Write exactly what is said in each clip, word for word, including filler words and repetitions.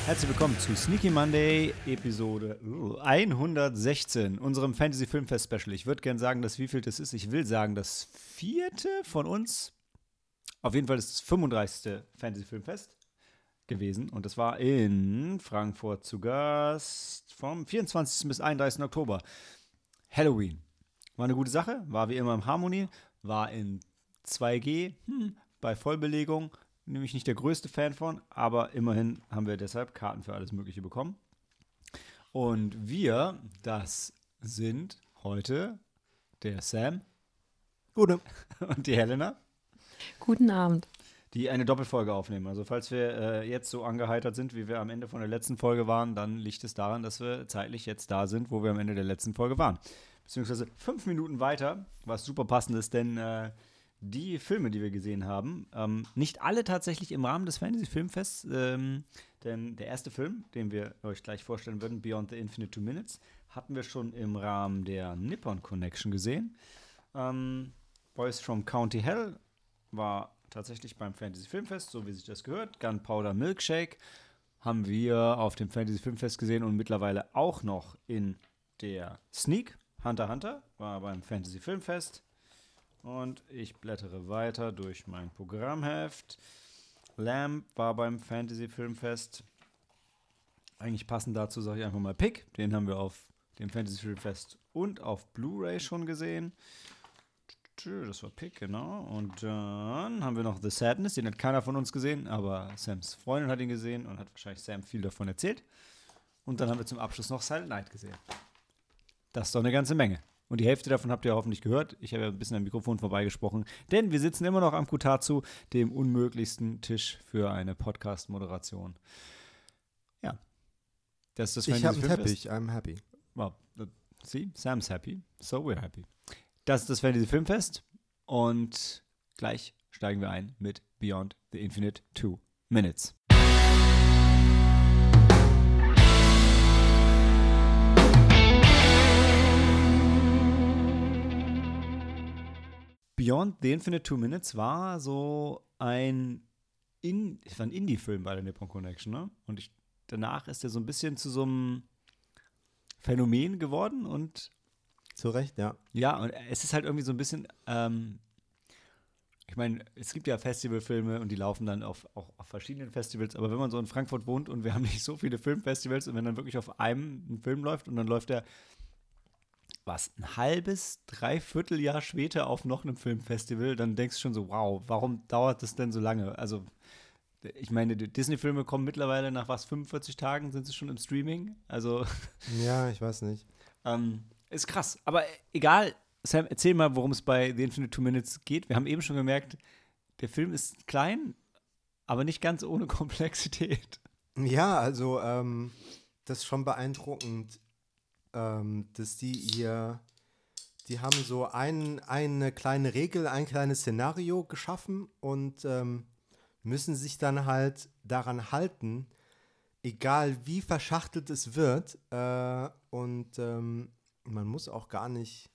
Herzlich willkommen zu Sneaky Monday, Episode hundertsechzehn, unserem Fantasy-Filmfest-Special. Ich würde gerne sagen, dass wie viel das ist. Ich will sagen, das vierte von uns. Auf jeden Fall ist es das fünfunddreißigste Fantasy-Filmfest gewesen. Und das war in Frankfurt zu Gast vom vierundzwanzigsten bis einunddreißigsten Oktober. Halloween. War eine gute Sache, war wie immer im Harmony, war in zwei G, hm, bei Vollbelegung. Nämlich nicht der größte Fan von, aber immerhin haben wir deshalb Karten für alles Mögliche bekommen. Und wir, das sind heute der Sam. Gute. Und die Helena. Guten Abend. Die eine Doppelfolge aufnehmen. Also falls wir äh, jetzt so angeheitert sind, wie wir am Ende von der letzten Folge waren, dann liegt es daran, dass wir zeitlich jetzt da sind, wo wir am Ende der letzten Folge waren. Beziehungsweise fünf Minuten weiter, was super passend ist, denn äh, die Filme, die wir gesehen haben, ähm, nicht alle tatsächlich im Rahmen des Fantasy-Filmfests, ähm, denn der erste Film, den wir euch gleich vorstellen würden, Beyond the Infinite Two Minutes, hatten wir schon im Rahmen der Nippon Connection gesehen. Ähm, Boys from County Hell war tatsächlich beim Fantasy-Filmfest, so wie sich das gehört. Gunpowder Milkshake haben wir auf dem Fantasy-Filmfest gesehen und mittlerweile auch noch in der Sneak. Hunter x Hunter war beim Fantasy-Filmfest. Und ich blättere weiter durch mein Programmheft. Lamb war beim Fantasy-Filmfest. Eigentlich passend dazu sage ich einfach mal Pick. Den haben wir auf dem Fantasy-Filmfest und auf Blu-ray schon gesehen. Das war Pick, genau. Und dann haben wir noch The Sadness. Den hat keiner von uns gesehen, aber Sams Freundin hat ihn gesehen und hat wahrscheinlich Sam viel davon erzählt. Und dann haben wir zum Abschluss noch Silent Night gesehen. Das ist doch eine ganze Menge. Und die Hälfte davon habt ihr hoffentlich gehört. Ich habe ja ein bisschen am Mikrofon vorbeigesprochen. Denn wir sitzen immer noch am Kutatsu, dem unmöglichsten Tisch für eine Podcast-Moderation. Ja. Das ist das Ich habe einen Fantasy-Filmfest. Teppich, I'm happy. Wow. See, Sam's happy, so we're happy. Das ist das Fantasy-Filmfest. Und gleich steigen wir ein mit Beyond the Infinite Two Minutes. Beyond the Infinite Two Minutes war so ein, In- war ein Indie-Film bei der Nippon Connection, ne? Und ich, danach ist er so ein bisschen zu so einem Phänomen geworden und Zu Recht, ja. ja, und es ist halt irgendwie so ein bisschen, ähm, ich meine, es gibt ja Festivalfilme und die laufen dann auf, auch auf verschiedenen Festivals, aber wenn man so in Frankfurt wohnt und wir haben nicht so viele Filmfestivals und wenn dann wirklich auf einem ein Film läuft und dann läuft der was, ein halbes, dreiviertel Jahr später auf noch einem Filmfestival, dann denkst du schon so, wow, warum dauert das denn so lange? Also, ich meine, die Disney-Filme kommen mittlerweile nach was, fünfundvierzig Tagen, sind sie schon im Streaming? Also, Ja, ich weiß nicht. ähm, ist krass. Aber egal, Sam, erzähl mal, worum es bei The Infinite Two Minutes geht. Wir haben eben schon gemerkt, der Film ist klein, aber nicht ganz ohne Komplexität. Ja, also, ähm, das ist schon beeindruckend, ähm, dass die hier, die haben so ein, eine kleine Regel, ein kleines Szenario geschaffen und ähm, müssen sich dann halt daran halten, egal wie verschachtelt es wird. Äh, und ähm, man muss auch gar nicht,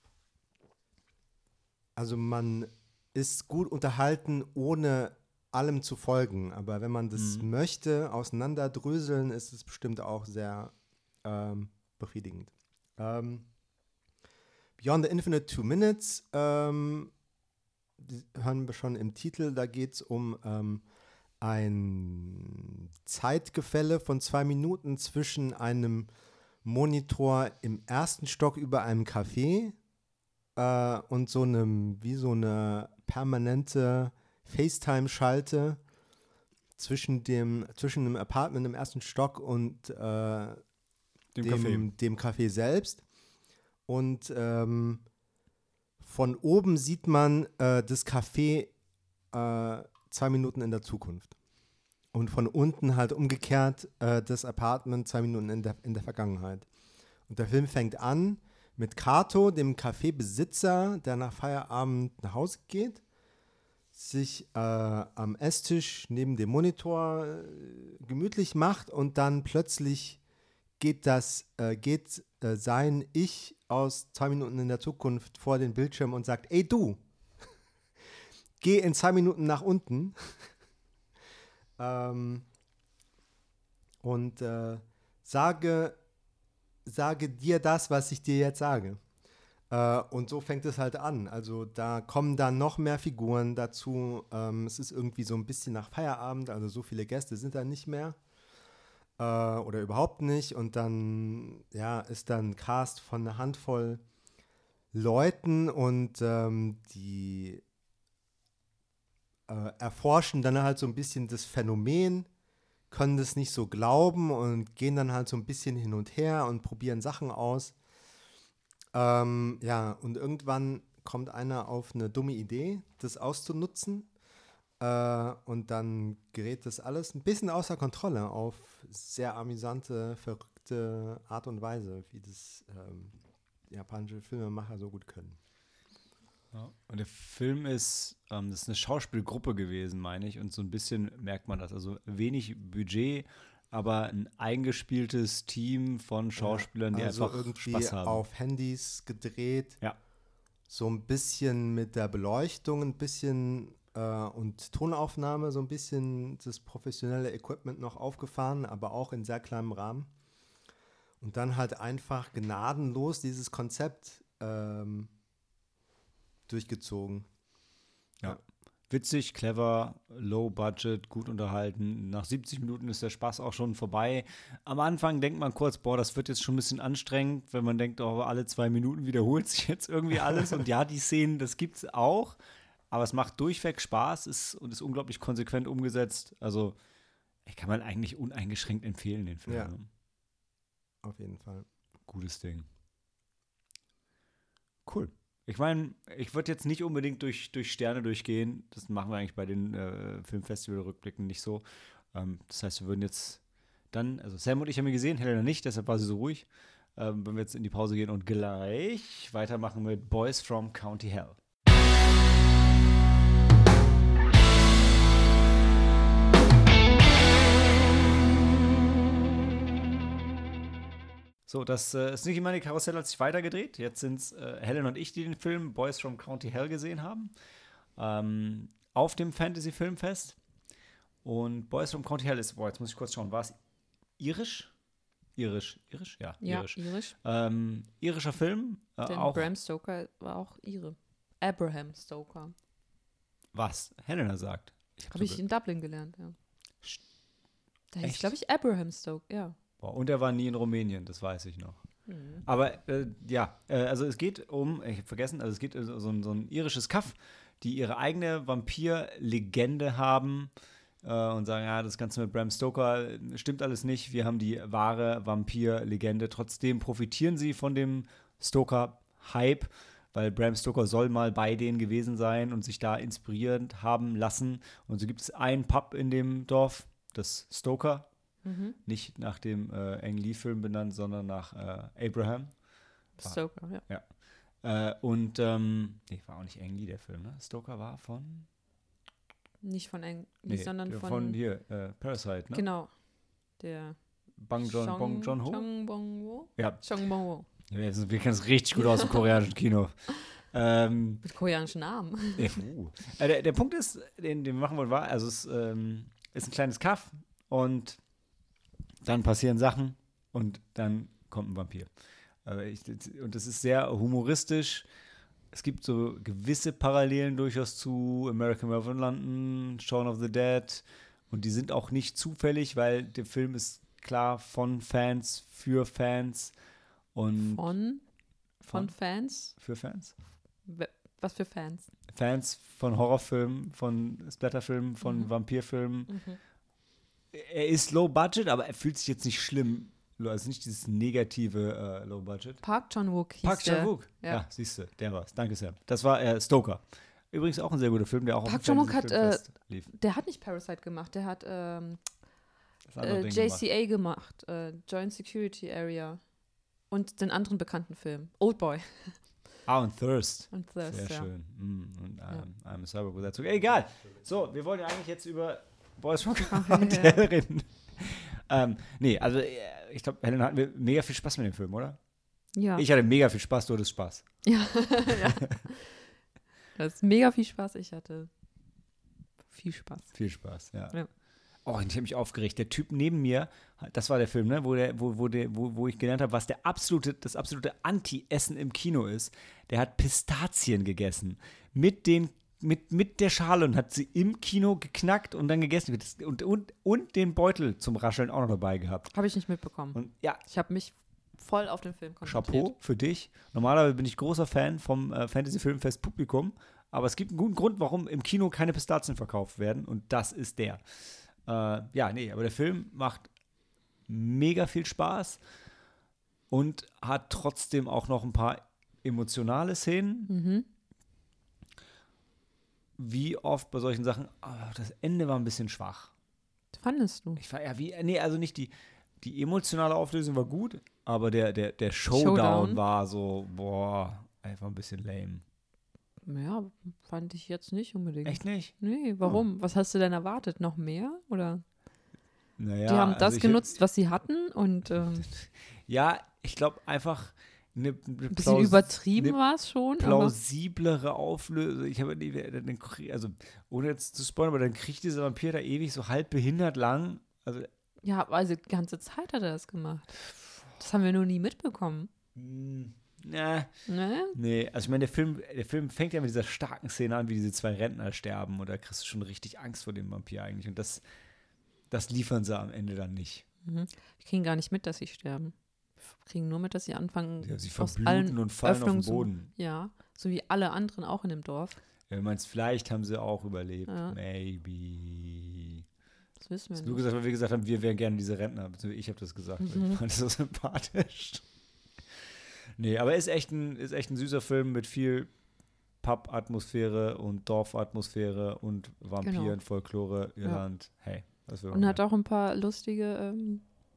also man ist gut unterhalten, ohne allem zu folgen. Aber wenn man das Mhm. möchte, auseinanderdröseln, ist es bestimmt auch sehr ähm, befriedigend. Ähm, Beyond the Infinite Two Minutes, ähm, die hören wir schon im Titel, da geht es um ähm, ein Zeitgefälle von zwei Minuten zwischen einem Monitor im ersten Stock über einem Café äh, und so einem, wie so eine permanente FaceTime-Schalte zwischen dem, zwischen dem Apartment im ersten Stock und äh, Dem dem, Café. dem Café selbst. Und ähm, von oben sieht man äh, das Café äh, zwei Minuten in der Zukunft. Und von unten halt umgekehrt äh, das Apartment zwei Minuten in der, in der Vergangenheit. Und der Film fängt an mit Kato, dem Cafébesitzer, der nach Feierabend nach Hause geht, sich äh, am Esstisch neben dem Monitor äh, gemütlich macht und dann plötzlich geht das, äh, geht äh, sein Ich aus zwei Minuten in der Zukunft vor den Bildschirm und sagt, ey du, geh in zwei Minuten nach unten. ähm, und äh, sage, sage dir das, was ich dir jetzt sage. Äh, und so fängt es halt an. Also da kommen dann noch mehr Figuren dazu. Ähm, es ist irgendwie so ein bisschen nach Feierabend, also so viele Gäste sind da nicht mehr. Äh, oder überhaupt nicht. Und dann, ja, ist dann ein Cast von einer Handvoll Leuten und ähm, die äh, erforschen dann halt so ein bisschen das Phänomen, können das nicht so glauben und gehen dann halt so ein bisschen hin und her und probieren Sachen aus. Ähm, ja, und irgendwann kommt einer auf eine dumme Idee, das auszunutzen. Äh, und dann gerät das alles ein bisschen außer Kontrolle auf sehr amüsante, verrückte Art und Weise, wie das ähm, japanische Filmemacher so gut können. Ja. Und der Film ist, ähm, das ist eine Schauspielgruppe gewesen, meine ich, und so ein bisschen merkt man das. Also wenig Budget, aber ein eingespieltes Team von Schauspielern, die also einfach irgendwie Spaß haben. auf Handys gedreht. Ja. So ein bisschen mit der Beleuchtung, ein bisschen äh, und Tonaufnahme, so ein bisschen das professionelle Equipment noch aufgefahren, aber auch in sehr kleinem Rahmen. Und dann halt einfach gnadenlos dieses Konzept ähm, durchgezogen. Ja. Witzig, clever, low budget, gut unterhalten. Nach siebzig Minuten ist der Spaß auch schon vorbei. Am Anfang denkt man kurz, boah, das wird jetzt schon ein bisschen anstrengend, wenn man denkt, oh, alle zwei Minuten wiederholt sich jetzt irgendwie alles. Und ja, die Szenen, das gibt's auch. Aber es macht durchweg Spaß ist, und ist unglaublich konsequent umgesetzt. Also kann man eigentlich uneingeschränkt empfehlen, den Film. Ja. Ne? Auf jeden Fall. Gutes Ding. Cool. Ich meine, ich würde jetzt nicht unbedingt durch, durch Sterne durchgehen. Das machen wir eigentlich bei den äh, Filmfestival-Rückblicken nicht so. Ähm, das heißt, wir würden jetzt dann, also Sam und ich haben ihn gesehen, Helena nicht, deshalb war sie so ruhig. Ähm, wenn wir jetzt in die Pause gehen und gleich weitermachen mit Boys from County Hell. So, das äh, ist nicht immer die Karussell hat sich weitergedreht. Jetzt sind es äh, Helen und ich, die den Film Boys from County Hell gesehen haben. Ähm, auf dem Fantasy-Filmfest. Und Boys from County Hell ist, boah, jetzt muss ich kurz schauen, war es irisch? Irisch, irisch? Ja, Ja, irisch. irisch. Ähm, irischer Film. Äh, Denn auch Bram Stoker war auch Ire. Abraham Stoker. was Helena sagt. Ich hab Habe so ich in Dublin gelernt, ja. Sch- Da hieß, Echt? glaube ich, Abraham Stoker, ja. Boah, und er war nie in Rumänien, das weiß ich noch. Mhm. Aber äh, ja, äh, also es geht um, ich habe vergessen, also es geht um so ein, so ein irisches Kaff, die ihre eigene Vampir-Legende haben äh, und sagen, ja, das Ganze mit Bram Stoker äh, stimmt alles nicht, wir haben die wahre Vampir-Legende. Trotzdem profitieren sie von dem Stoker-Hype, weil Bram Stoker soll mal bei denen gewesen sein und sich da inspirierend haben lassen. Und so gibt es einen Pub in dem Dorf, das Stoker. Mhm. Nicht nach dem äh, Ang Lee-Film benannt, sondern nach äh, Abraham. Stoker, ja. Äh, und, ähm, nee, war auch nicht Ang Lee der Film, ne? Stoker war von? Nicht von Ang Nee, Lee, sondern der von, von hier, äh, Parasite, ne? genau, der Bang John, Chong- Bong John Ho? Chong Bong-wo? Ja, Chong Bong-wo. wir, wir kennen es richtig gut aus dem koreanischen Kino. Ähm, Mit koreanischen Namen. ja, uh. äh, der, der Punkt ist, den, den wir machen wollen, war, also es ähm, ist ein kleines Kaff und dann passieren Sachen und dann kommt ein Vampir. Aber ich, und das ist sehr humoristisch. Es gibt so gewisse Parallelen durchaus zu American Werewolf in London, Shaun of the Dead. Und die sind auch nicht zufällig, weil der Film ist klar von Fans, für Fans. Und Von, Von? von Fans? für Fans? We- Was für Fans? Fans von Horrorfilmen, von Splatterfilmen, von Mhm. Vampirfilmen. Mhm. Er ist low budget, aber er fühlt sich jetzt nicht schlimm. Also nicht dieses negative äh, low budget. Park Chan-wook hieß Park der. Chan-wook. Ja, Ja. siehst du, der war's. Danke, Sam. Das war äh, Stoker. Übrigens auch ein sehr guter Film, der auch Park auf dem Chan-wook hat, Fantasy-Filmfest lief. Der hat nicht Parasite gemacht, der hat ähm, Das andere äh, Ding J C A gemacht, äh, Joint Security Area. Und den anderen bekannten Film, Oldboy. gemacht. Ah, und Thirst. Und das, Sehr ja. schön. Mm, und ähm, I'm a Cyber with that. Egal. So, wir wollen ja eigentlich jetzt über Boys from County Hell reden. ähm, nee, also äh, ich glaube, Helen hatten wir mega viel Spaß mit dem Film, oder? Ja. Ich hatte mega viel Spaß, du hattest Spaß. ja. ja. Das ist mega viel Spaß. Ich hatte viel Spaß. Viel Spaß, ja. Ja. Oh, ich habe mich aufgeregt. Der Typ neben mir, das war der Film, ne, wo, der, wo, wo, der, wo, wo ich gelernt habe, was der absolute, das absolute Anti-Essen im Kino ist. Der hat Pistazien gegessen. Mit, den, mit, mit der Schale und hat sie im Kino geknackt und dann gegessen. Und, und, und den Beutel zum Rascheln auch noch dabei gehabt. Habe ich nicht mitbekommen. Und ja, ich habe mich voll auf den Film konzentriert. Chapeau für dich. Normalerweise bin ich großer Fan vom äh, Fantasy-Filmfest Publikum, aber es gibt einen guten Grund, warum im Kino keine Pistazien verkauft werden und das ist der. Äh, ja, nee, aber der Film macht mega viel Spaß und hat trotzdem auch noch ein paar emotionale Szenen. Mhm. Wie oft bei solchen Sachen, oh, das Ende war ein bisschen schwach. Fandest du? Ich war ja wie, nee, also nicht die, die emotionale Auflösung war gut, aber der, der, der Showdown, Showdown war so, boah, einfach ein bisschen lame. Ja, fand ich jetzt nicht unbedingt. Echt nicht? Nee, warum? Oh. Was hast du denn erwartet? Noch mehr? Oder? Naja, die haben das also genutzt, was sie hatten und ähm, ja, ich glaube einfach eine, eine ein bisschen Plaus- übertrieben war es schon. Plausiblere Auflösung. Ich habe also ohne jetzt zu spoilern, aber dann kriegt dieser Vampir da ewig so halb behindert lang. Also ja, also die ganze Zeit hat er das gemacht. Das haben wir nur nie mitbekommen. Mm. Na, nee? nee, also ich meine, der Film, der Film fängt ja mit dieser starken Szene an, wie diese zwei Rentner sterben und da kriegst du schon richtig Angst vor dem Vampir eigentlich und das, das liefern sie am Ende dann nicht. Mhm. Wir kriegen gar nicht mit, dass sie sterben. Wir kriegen nur mit, dass sie anfangen, ja, sie aus verbluten allen und fallen Öffnungen auf den Boden. Zu, ja, so wie alle anderen auch in dem Dorf. Ja, du meinst, vielleicht haben sie auch überlebt. Ja. Maybe. Das wissen wir Hast nicht. du gesagt, weil wir gesagt haben, wir wären gerne diese Rentner. Ich habe das gesagt, mhm. Ich fand das so sympathisch. Nee, aber ist echt ein, ist echt ein süßer Film mit viel Pub-Atmosphäre und Dorfatmosphäre und Vampiren, genau. Folklore, Irland. Ja. Hey, was will man Und hat auch ein paar lustige ähm,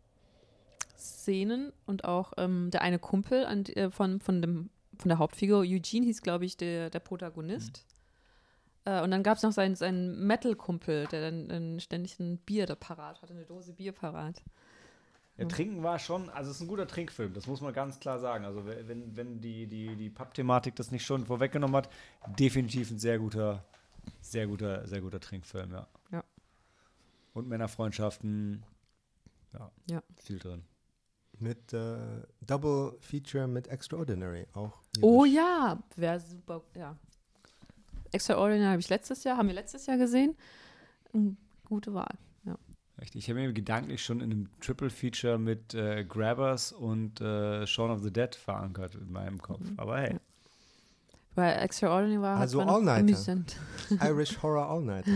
Szenen und auch ähm, der eine Kumpel an, äh, von, von, dem, von der Hauptfigur, Eugene hieß, glaube ich, der, der Protagonist. Mhm. Äh, und dann gab es noch seinen, seinen Metal-Kumpel, der dann, dann ständig ein Bier da parat hatte, eine Dose Bier parat. Ja, Trinken war schon, also es ist ein guter Trinkfilm, das muss man ganz klar sagen. Also wenn, wenn die, die, die Pub-Thematik das nicht schon vorweggenommen hat, definitiv ein sehr guter, sehr guter, sehr guter Trinkfilm, ja. Ja. Und Männerfreundschaften, ja, ja. viel drin. Mit äh, Double Feature mit Extraordinary auch. Oh ja, wäre super, ja. Extraordinary habe ich letztes Jahr, haben wir letztes Jahr gesehen. Gute Wahl, ja. Richtig, ich habe mir gedanklich schon in einem Triple-Feature mit äh, Grabbers und äh, Shaun of the Dead verankert in meinem Kopf. Mhm. Aber hey. Weil Extraordinary war also halt All-Nighter. Irish Horror All-Nighter.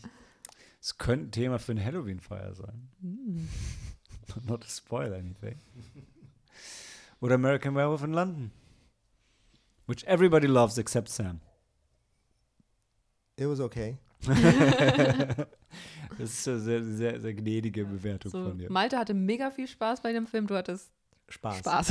Es könnte ein Thema für eine Halloween-Feier sein. Mhm. Not to spoil anything. Oder American Werewolf in London. Which everybody loves except Sam. It was okay. Das ist eine sehr, sehr, sehr gnädige Bewertung so, von dir. Malte hatte mega viel Spaß bei dem Film, du hattest Spaß. Spaß.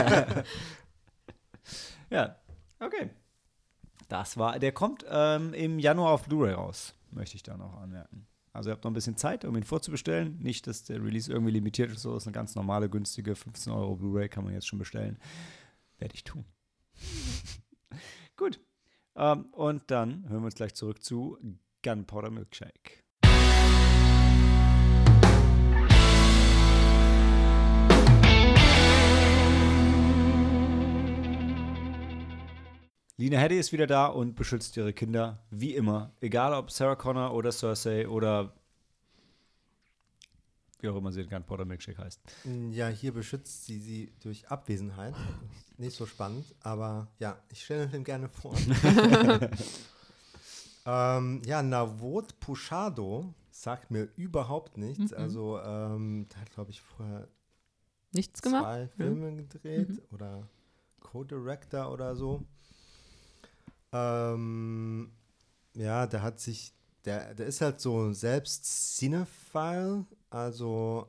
Ja, okay. Das war, der kommt ähm, im Januar auf Blu-ray raus, möchte ich da noch anmerken. Also ihr habt noch ein bisschen Zeit, um ihn vorzubestellen. Nicht, dass der Release irgendwie limitiert ist, so ist eine ganz normale, günstige fünfzehn Euro Blu-ray, kann man jetzt schon bestellen. Werde ich tun. Gut. Um, und dann hören wir uns gleich zurück zu Gunpowder Milkshake. Lena Headey ist wieder da und beschützt ihre Kinder, wie immer. Egal ob Sarah Connor oder Cersei oder wie auch immer sie den Gunpowder Milkshake heißt. Ja, hier beschützt sie sie durch Abwesenheit. Nicht so spannend, aber ja, ich stelle den Film gerne vor. ähm, ja, Navot Puchado sagt mir überhaupt nichts. Mhm. Also, ähm, der hat, glaube ich, vorher nichts gemacht. zwei Filme mhm. gedreht mhm. oder Co-Director oder so. Ähm, ja, der hat sich, der, der ist halt so selbst Cinephile, also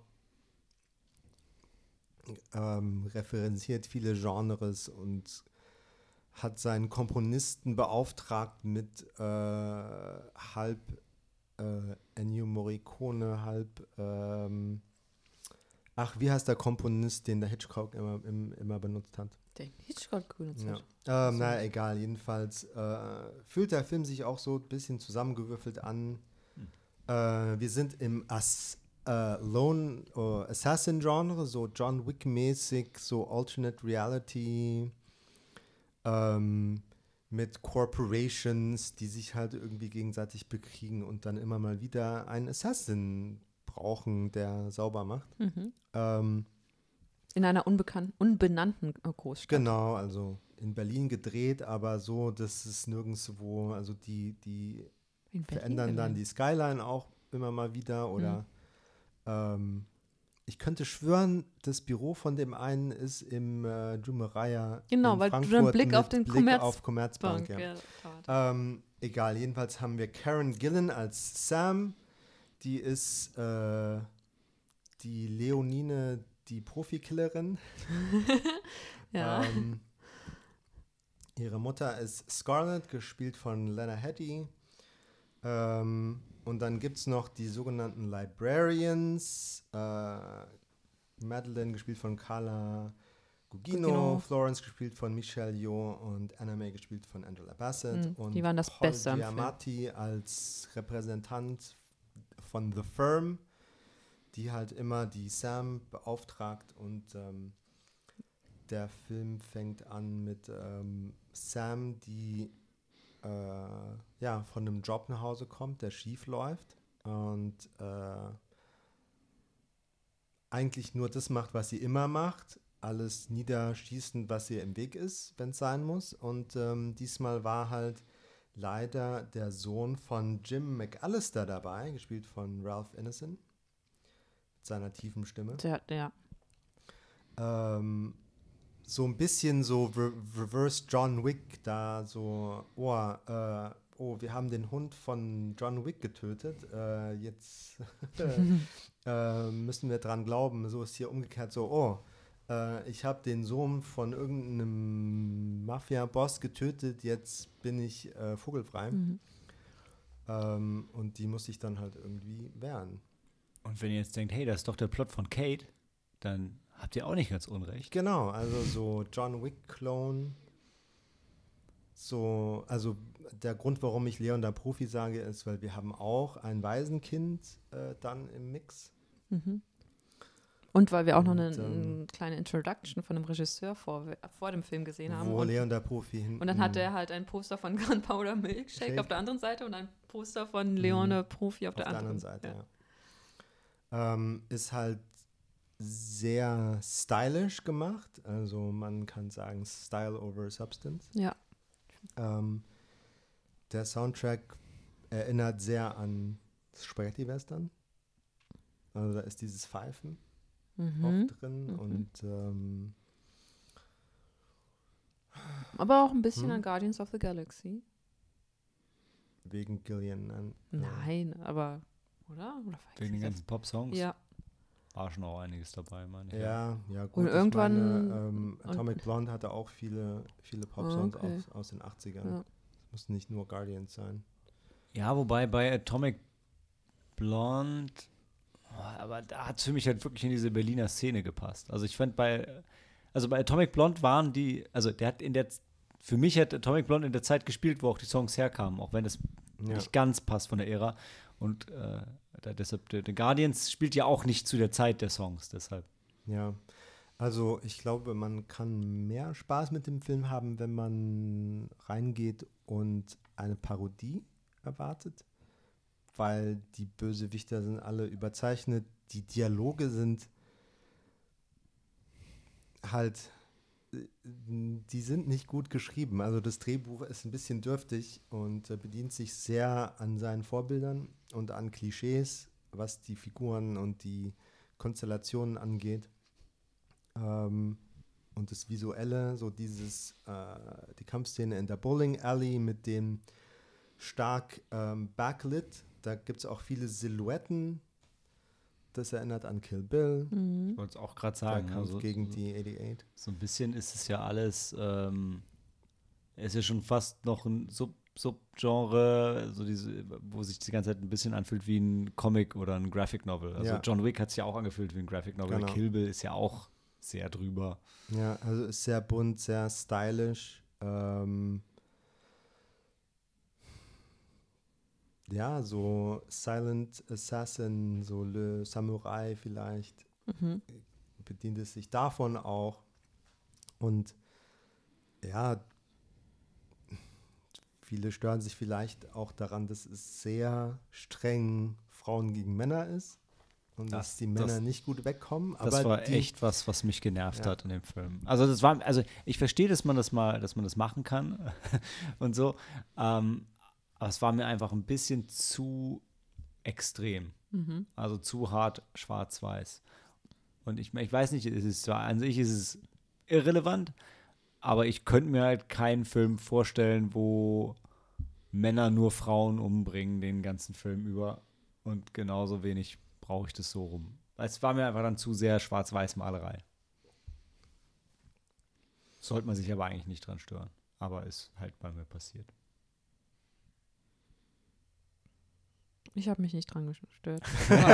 ähm, referenziert viele Genres und hat seinen Komponisten beauftragt mit äh, halb äh, Ennio Morricone, halb ähm, ach, wie heißt der Komponist, den der Hitchcock immer, im, immer benutzt hat? Der Hitchcock benutzt hat? Ja. Ähm, naja, egal, jedenfalls äh, fühlt der Film sich auch so ein bisschen zusammengewürfelt an. Hm. Äh, wir sind im As äh, Lone äh, Assassin-Genre, so John Wick-mäßig, so Alternate Reality, ähm, mit Corporations, die sich halt irgendwie gegenseitig bekriegen und dann immer mal wieder einen Assassin brauchen, der sauber macht. Mhm. Ähm, In einer unbekannten, unbenannten äh, Großstadt. genau, also in Berlin gedreht, aber so, dass es nirgendwo, also die, die In Berlin verändern dann gedreht. die Skyline auch immer mal wieder oder Hm. ähm, ich könnte schwören, das Büro von dem einen ist im äh, Jumeirah Genau, in weil du einen Frankfurt Blick mit auf den Blick Commerz- auf Commerzbank. Bank, Ja. ja, klar. Ähm, egal, jedenfalls haben wir Karen Gillan als Sam, die ist äh, die Leonine, die Profikillerin. Ja. Ähm, ihre Mutter ist Scarlett, gespielt von Lena Headey. Ähm, und dann gibt es noch die sogenannten Librarians. Äh, Madeline, gespielt von Carla Gugino, Gugino. Florence, gespielt von Michelle Yeoh und Anna May, gespielt von Angela Bassett. Hm, und die waren das Paul Beste am Film. Giamatti als Repräsentant von The Firm, die halt immer die Sam beauftragt und ähm, der Film fängt an mit ähm, Sam, die äh, ja, von einem Job nach Hause kommt, der schief läuft und äh, eigentlich nur das macht, was sie immer macht, alles niederschießen, was ihr im Weg ist, wenn es sein muss. Und ähm, diesmal war halt leider der Sohn von Jim McAllister dabei, gespielt von Ralph Ineson, mit seiner tiefen Stimme. Der, ja. Ähm, so ein bisschen so Re Reverse John Wick, da so, oh, äh, oh, wir haben den Hund von John Wick getötet, äh, jetzt äh, müssen wir dran glauben. So ist hier umgekehrt so, oh, äh, ich habe den Sohn von irgendeinem Mafia-Boss getötet, jetzt bin ich äh, vogelfrei. Mhm. Ähm, und die muss ich dann halt irgendwie wehren. Und wenn ihr jetzt denkt, hey, das ist doch der Plot von Kate, dann habt ihr auch nicht ganz unrecht. Genau, also so John Wick-Clone. So, also der Grund, warum ich Leon der Profi sage, ist, weil wir haben auch ein Waisenkind äh, dann im Mix. Mhm. Und weil wir auch noch eine, Und, ähm, eine kleine Introduction von einem Regisseur vor, vor dem Film gesehen haben. Wo Und, Leon der Profi hinten. und dann hatte er halt ein Poster von Gunpowder Milkshake Shake. auf der anderen Seite und ein Poster von Leon der Profi auf, auf der, anderen Seite, ja. ja. Ähm, ist halt sehr stylisch gemacht. Also man kann sagen Style over Substance. Ja. Ähm, der Soundtrack erinnert sehr an Spaghetti-Western. Also da ist dieses Pfeifen Mhm. oft drin Mhm. und ähm, Aber auch ein bisschen Hm? an Guardians of the Galaxy. wegen Gillian. An, äh, Nein, aber, oder? oder war ich Wegen den das? ganzen Pop-Songs Ja. war schon auch einiges dabei, meine ich. Ja, ja gut. Und ich irgendwann- meine, ähm, und- Atomic Blonde hatte auch viele, viele Pop-Songs Okay. aus, aus den achtzigern. Ja. Es mussten nicht nur Guardians sein. Ja, wobei bei Atomic Blonde, oh, aber da hat es für mich halt wirklich in diese Berliner Szene gepasst. Also ich fand bei, also bei Atomic Blonde waren die, also der hat in der, für mich hat Atomic Blonde in der Zeit gespielt, wo auch die Songs herkamen, auch wenn es Ja. nicht ganz passt von der Ära. Und äh, da, deshalb, The Guardians spielt ja auch nicht zu der Zeit der Songs, deshalb. Ja, also ich glaube, man kann mehr Spaß mit dem Film haben, wenn man reingeht und eine Parodie erwartet, weil die Bösewichter sind alle überzeichnet, die Dialoge sind halt, äh, die sind nicht gut geschrieben. Also das Drehbuch ist ein bisschen dürftig und äh, bedient sich sehr an seinen Vorbildern und an Klischees, was die Figuren und die Konstellationen angeht. Ähm, und das Visuelle, so dieses, äh, die Kampfszene in der Bowling Alley mit dem stark ähm, Backlit, da gibt es auch viele Silhouetten. Das erinnert an Kill Bill, Mhm. Ich wollte es auch gerade der sagen. Kampf Also, gegen so, die achtundachtzig. so ein bisschen ist es ja alles, ähm, es ist ja schon fast noch ein Sub Subgenre, so diese, wo sich die ganze Zeit ein bisschen anfühlt wie ein Comic oder ein Graphic Novel. Also Ja. John Wick hat es ja auch angefühlt wie ein Graphic Novel. Genau. Kill Bill ist ja auch sehr drüber. Ja, also ist sehr bunt, sehr stylisch. Ähm, ja, so Silent Assassin, so Le Samurai vielleicht, Mhm. bedient es sich davon auch. Und ja, viele stören sich vielleicht auch daran, dass es sehr streng Frauen gegen Männer ist und Das- dass die Männer das- nicht gut wegkommen. Das aber war die, echt was, was mich genervt Ja. hat in dem Film. Also das war, also ich verstehe, dass man das mal, dass man das machen kann und so. Ähm, aber es war mir einfach ein bisschen zu extrem. Mhm. Also zu hart schwarz-weiß. Und ich, ich weiß nicht, es ist zwar an sich ist es irrelevant, aber ich könnte mir halt keinen Film vorstellen, wo Männer nur Frauen umbringen den ganzen Film über. Und genauso wenig brauche ich das so rum. Es war mir einfach dann zu sehr Schwarz-Weiß-Malerei. Sollte man sich aber eigentlich nicht dran stören. Aber ist halt bei mir passiert. Ich habe mich nicht dran gestört.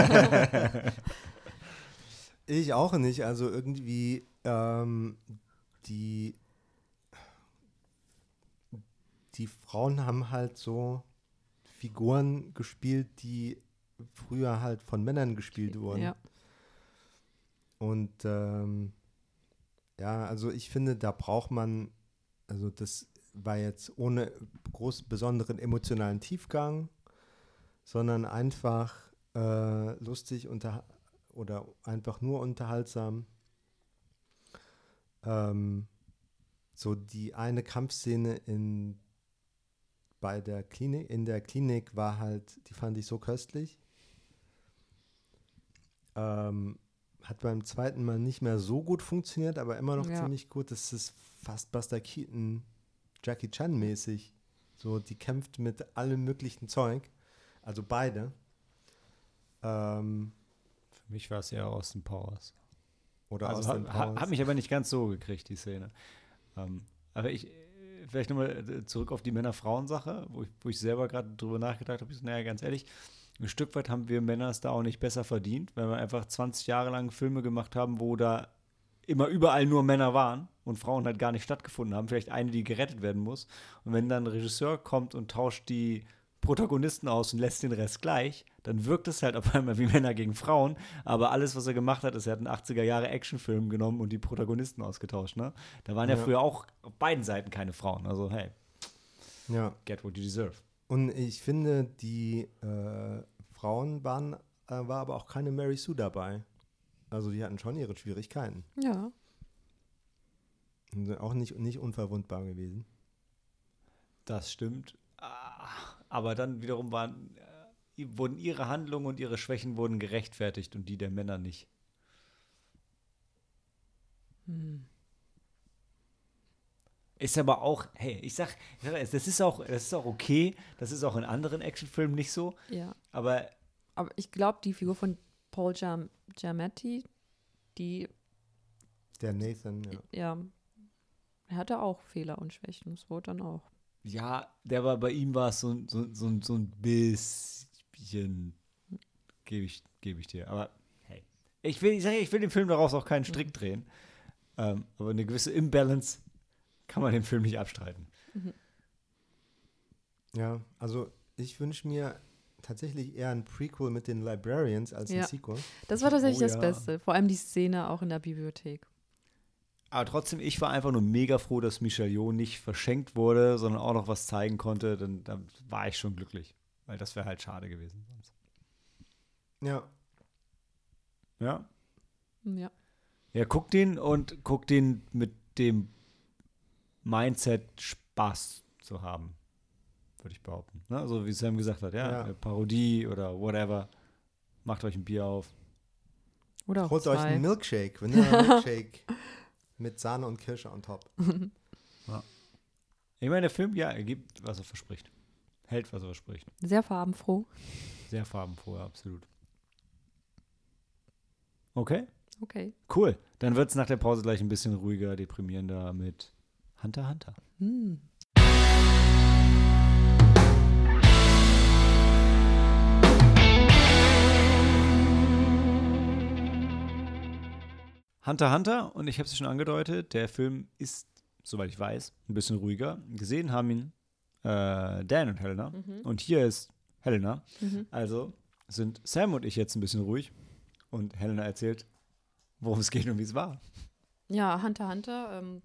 ich auch nicht. Also irgendwie ähm, die, die Frauen haben halt so Figuren gespielt, die früher halt von Männern gespielt wurden. Ja. Und ähm, ja, also ich finde, da braucht man, also das war jetzt ohne groß besonderen emotionalen Tiefgang, sondern einfach äh, lustig unter oder einfach nur unterhaltsam. Ähm, so die eine Kampfszene in bei der Klinik, in der Klinik war halt, die fand ich so köstlich. Ähm, hat beim zweiten Mal nicht mehr so gut funktioniert, aber immer noch Ja. ziemlich gut. Das ist fast Buster Keaton, Jackie Chan mäßig. So, die kämpft mit allem möglichen Zeug. Also beide. Ähm, Für mich war es eher Austin Powers. oder Also Austin hat, hat, Powers. hat mich aber nicht ganz so gekriegt, die Szene. Ähm, aber ich, vielleicht nochmal zurück auf die Männer-Frauen-Sache, wo ich, wo ich selber gerade drüber nachgedacht habe. Ich so, naja, ganz ehrlich, ein Stück weit haben wir Männer es da auch nicht besser verdient, weil wir einfach zwanzig Jahre lang Filme gemacht haben, wo da immer überall nur Männer waren und Frauen halt gar nicht stattgefunden haben. Vielleicht eine, die gerettet werden muss. Und wenn dann ein Regisseur kommt und tauscht die Protagonisten aus und lässt den Rest gleich, dann wirkt es halt auf einmal wie Männer gegen Frauen. Aber alles, was er gemacht hat, ist, er hat einen achtziger-Jahre-Actionfilm genommen und die Protagonisten ausgetauscht. Ne? Da waren ja, Ja. früher auch auf beiden Seiten keine Frauen. Also hey, Ja. get what you deserve. Und ich finde, die äh, Frauen waren, äh, war aber auch keine Mary Sue dabei. Also die hatten schon ihre Schwierigkeiten. Ja. Und sind auch nicht, nicht unverwundbar gewesen. Das stimmt. Ah, Aber dann wiederum waren, äh, wurden ihre Handlungen und ihre Schwächen wurden gerechtfertigt und die der Männer nicht. Hm. Ist aber auch, hey, ich sag, ich sag, das ist auch, das ist auch okay. Das ist auch in anderen Actionfilmen nicht so. Ja. Aber Aber ich glaube, die Figur von Paul Giam Giamatti, die, Der Nathan, ja. ja, er hatte auch Fehler und Schwächen. Das wurde dann auch. ja, der war bei ihm war es so, so, so, so ein bisschen, gebe ich, gebe ich dir. Aber hey, ich will, ich sage, ich will dem Film daraus auch keinen Strick drehen. Ähm, aber eine gewisse Imbalance kann man dem Film nicht abstreiten. Ja, also ich wünsche mir tatsächlich eher ein Prequel mit den Librarians als Ja. ein Sequel. Das war tatsächlich Oh das ja. Beste. Vor allem die Szene auch in der Bibliothek. Aber trotzdem, ich war einfach nur mega froh, dass Michelle Yeoh nicht verschenkt wurde, sondern auch noch was zeigen konnte. Dann, dann war ich schon glücklich. Weil das wäre halt schade gewesen sonst. Ja, Ja. Ja. Ja, guck den und guck den mit dem Mindset, Spaß zu haben, würde ich behaupten. Ne? Also wie Sam gesagt hat, ja, Ja. äh, Parodie oder whatever. Macht euch ein Bier auf. Oder auch holt euch zwei. einen Milkshake, Vanilla Milkshake mit Sahne und Kirsche on top. Ich meine, der Film, ja, er gibt, was er verspricht. Hält, was er verspricht. Sehr farbenfroh. Sehr farbenfroh, ja, absolut. Okay, Okay. cool. Dann wird es nach der Pause gleich ein bisschen ruhiger, deprimierender mit Hunter x Hunter. Hm. Hunter x Hunter, und ich habe es schon angedeutet, der Film ist, soweit ich weiß, ein bisschen ruhiger. Gesehen haben ihn äh, Dan und Helena. Mhm. Und hier ist Helena. Mhm. Also sind Sam und ich jetzt ein bisschen ruhig und Helena erzählt, worum es geht und wie es war. Ja, Hunter x Hunter ähm,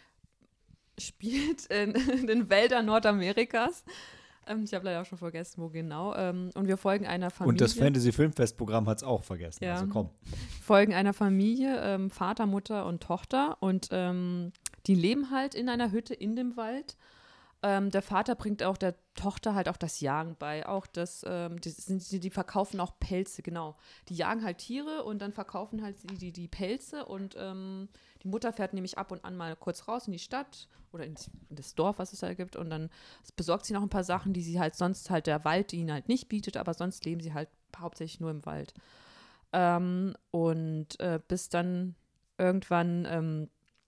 spielt in, in den Wäldern Nordamerikas. Ähm, ich habe leider auch schon vergessen, wo genau. Ähm, und wir folgen einer Familie. Und das Fantasy-Filmfestprogramm hat es auch vergessen. Ja. Also komm. Folgen einer Familie, ähm, Vater, Mutter und Tochter. Und ähm, die leben halt in einer Hütte in dem Wald. Ähm, der Vater bringt auch der Tochter halt auch das Jagen bei. Auch das, ähm, die, sind, die, die verkaufen auch Pelze, genau. Die jagen halt Tiere und dann verkaufen halt die, die, die Pelze. Und ähm, die Mutter fährt nämlich ab und an mal kurz raus in die Stadt oder in das Dorf, was es da gibt. Und dann besorgt sie noch ein paar Sachen, die sie halt sonst halt der Wald ihnen halt nicht bietet. Aber sonst leben sie halt hauptsächlich nur im Wald. Ähm, und äh, bis dann irgendwann, ähm,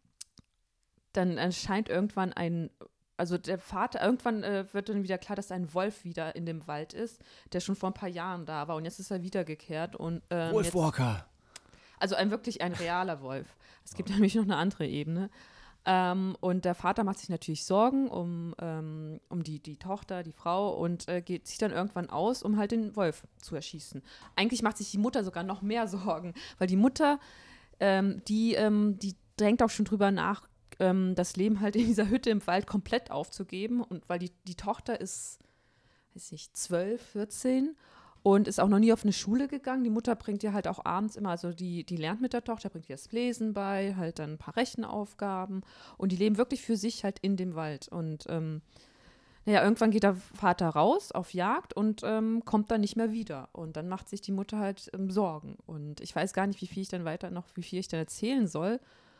dann erscheint irgendwann ein, also der Vater, irgendwann äh, wird dann wieder klar, dass ein Wolf wieder in dem Wald ist, der schon vor ein paar Jahren da war und jetzt ist er wiedergekehrt und ähm, Wolf jetzt, Walker. also ein wirklich ein realer Wolf. Es gibt nämlich noch eine andere Ebene. Ähm, und der Vater macht sich natürlich Sorgen um, ähm, um die, die Tochter, die Frau und äh, geht, zieht dann irgendwann aus, um halt den Wolf zu erschießen. Eigentlich macht sich die Mutter sogar noch mehr Sorgen, weil die Mutter, ähm, die, ähm, die denkt auch schon drüber nach, ähm, das Leben halt in dieser Hütte im Wald komplett aufzugeben. Und weil die, die Tochter ist, weiß ich, zwölf, vierzehn und ist auch noch nie auf eine Schule gegangen. Die Mutter bringt ihr halt auch abends immer, also die, die lernt mit der Tochter, bringt ihr das Lesen bei, halt dann ein paar Rechenaufgaben und die leben wirklich für sich halt in dem Wald. Und ähm, naja, irgendwann geht der Vater raus auf Jagd und ähm, kommt dann nicht mehr wieder. Und dann macht sich die Mutter halt ähm, Sorgen. Und ich weiß gar nicht, wie viel ich dann weiter noch, wie viel ich dann erzählen soll.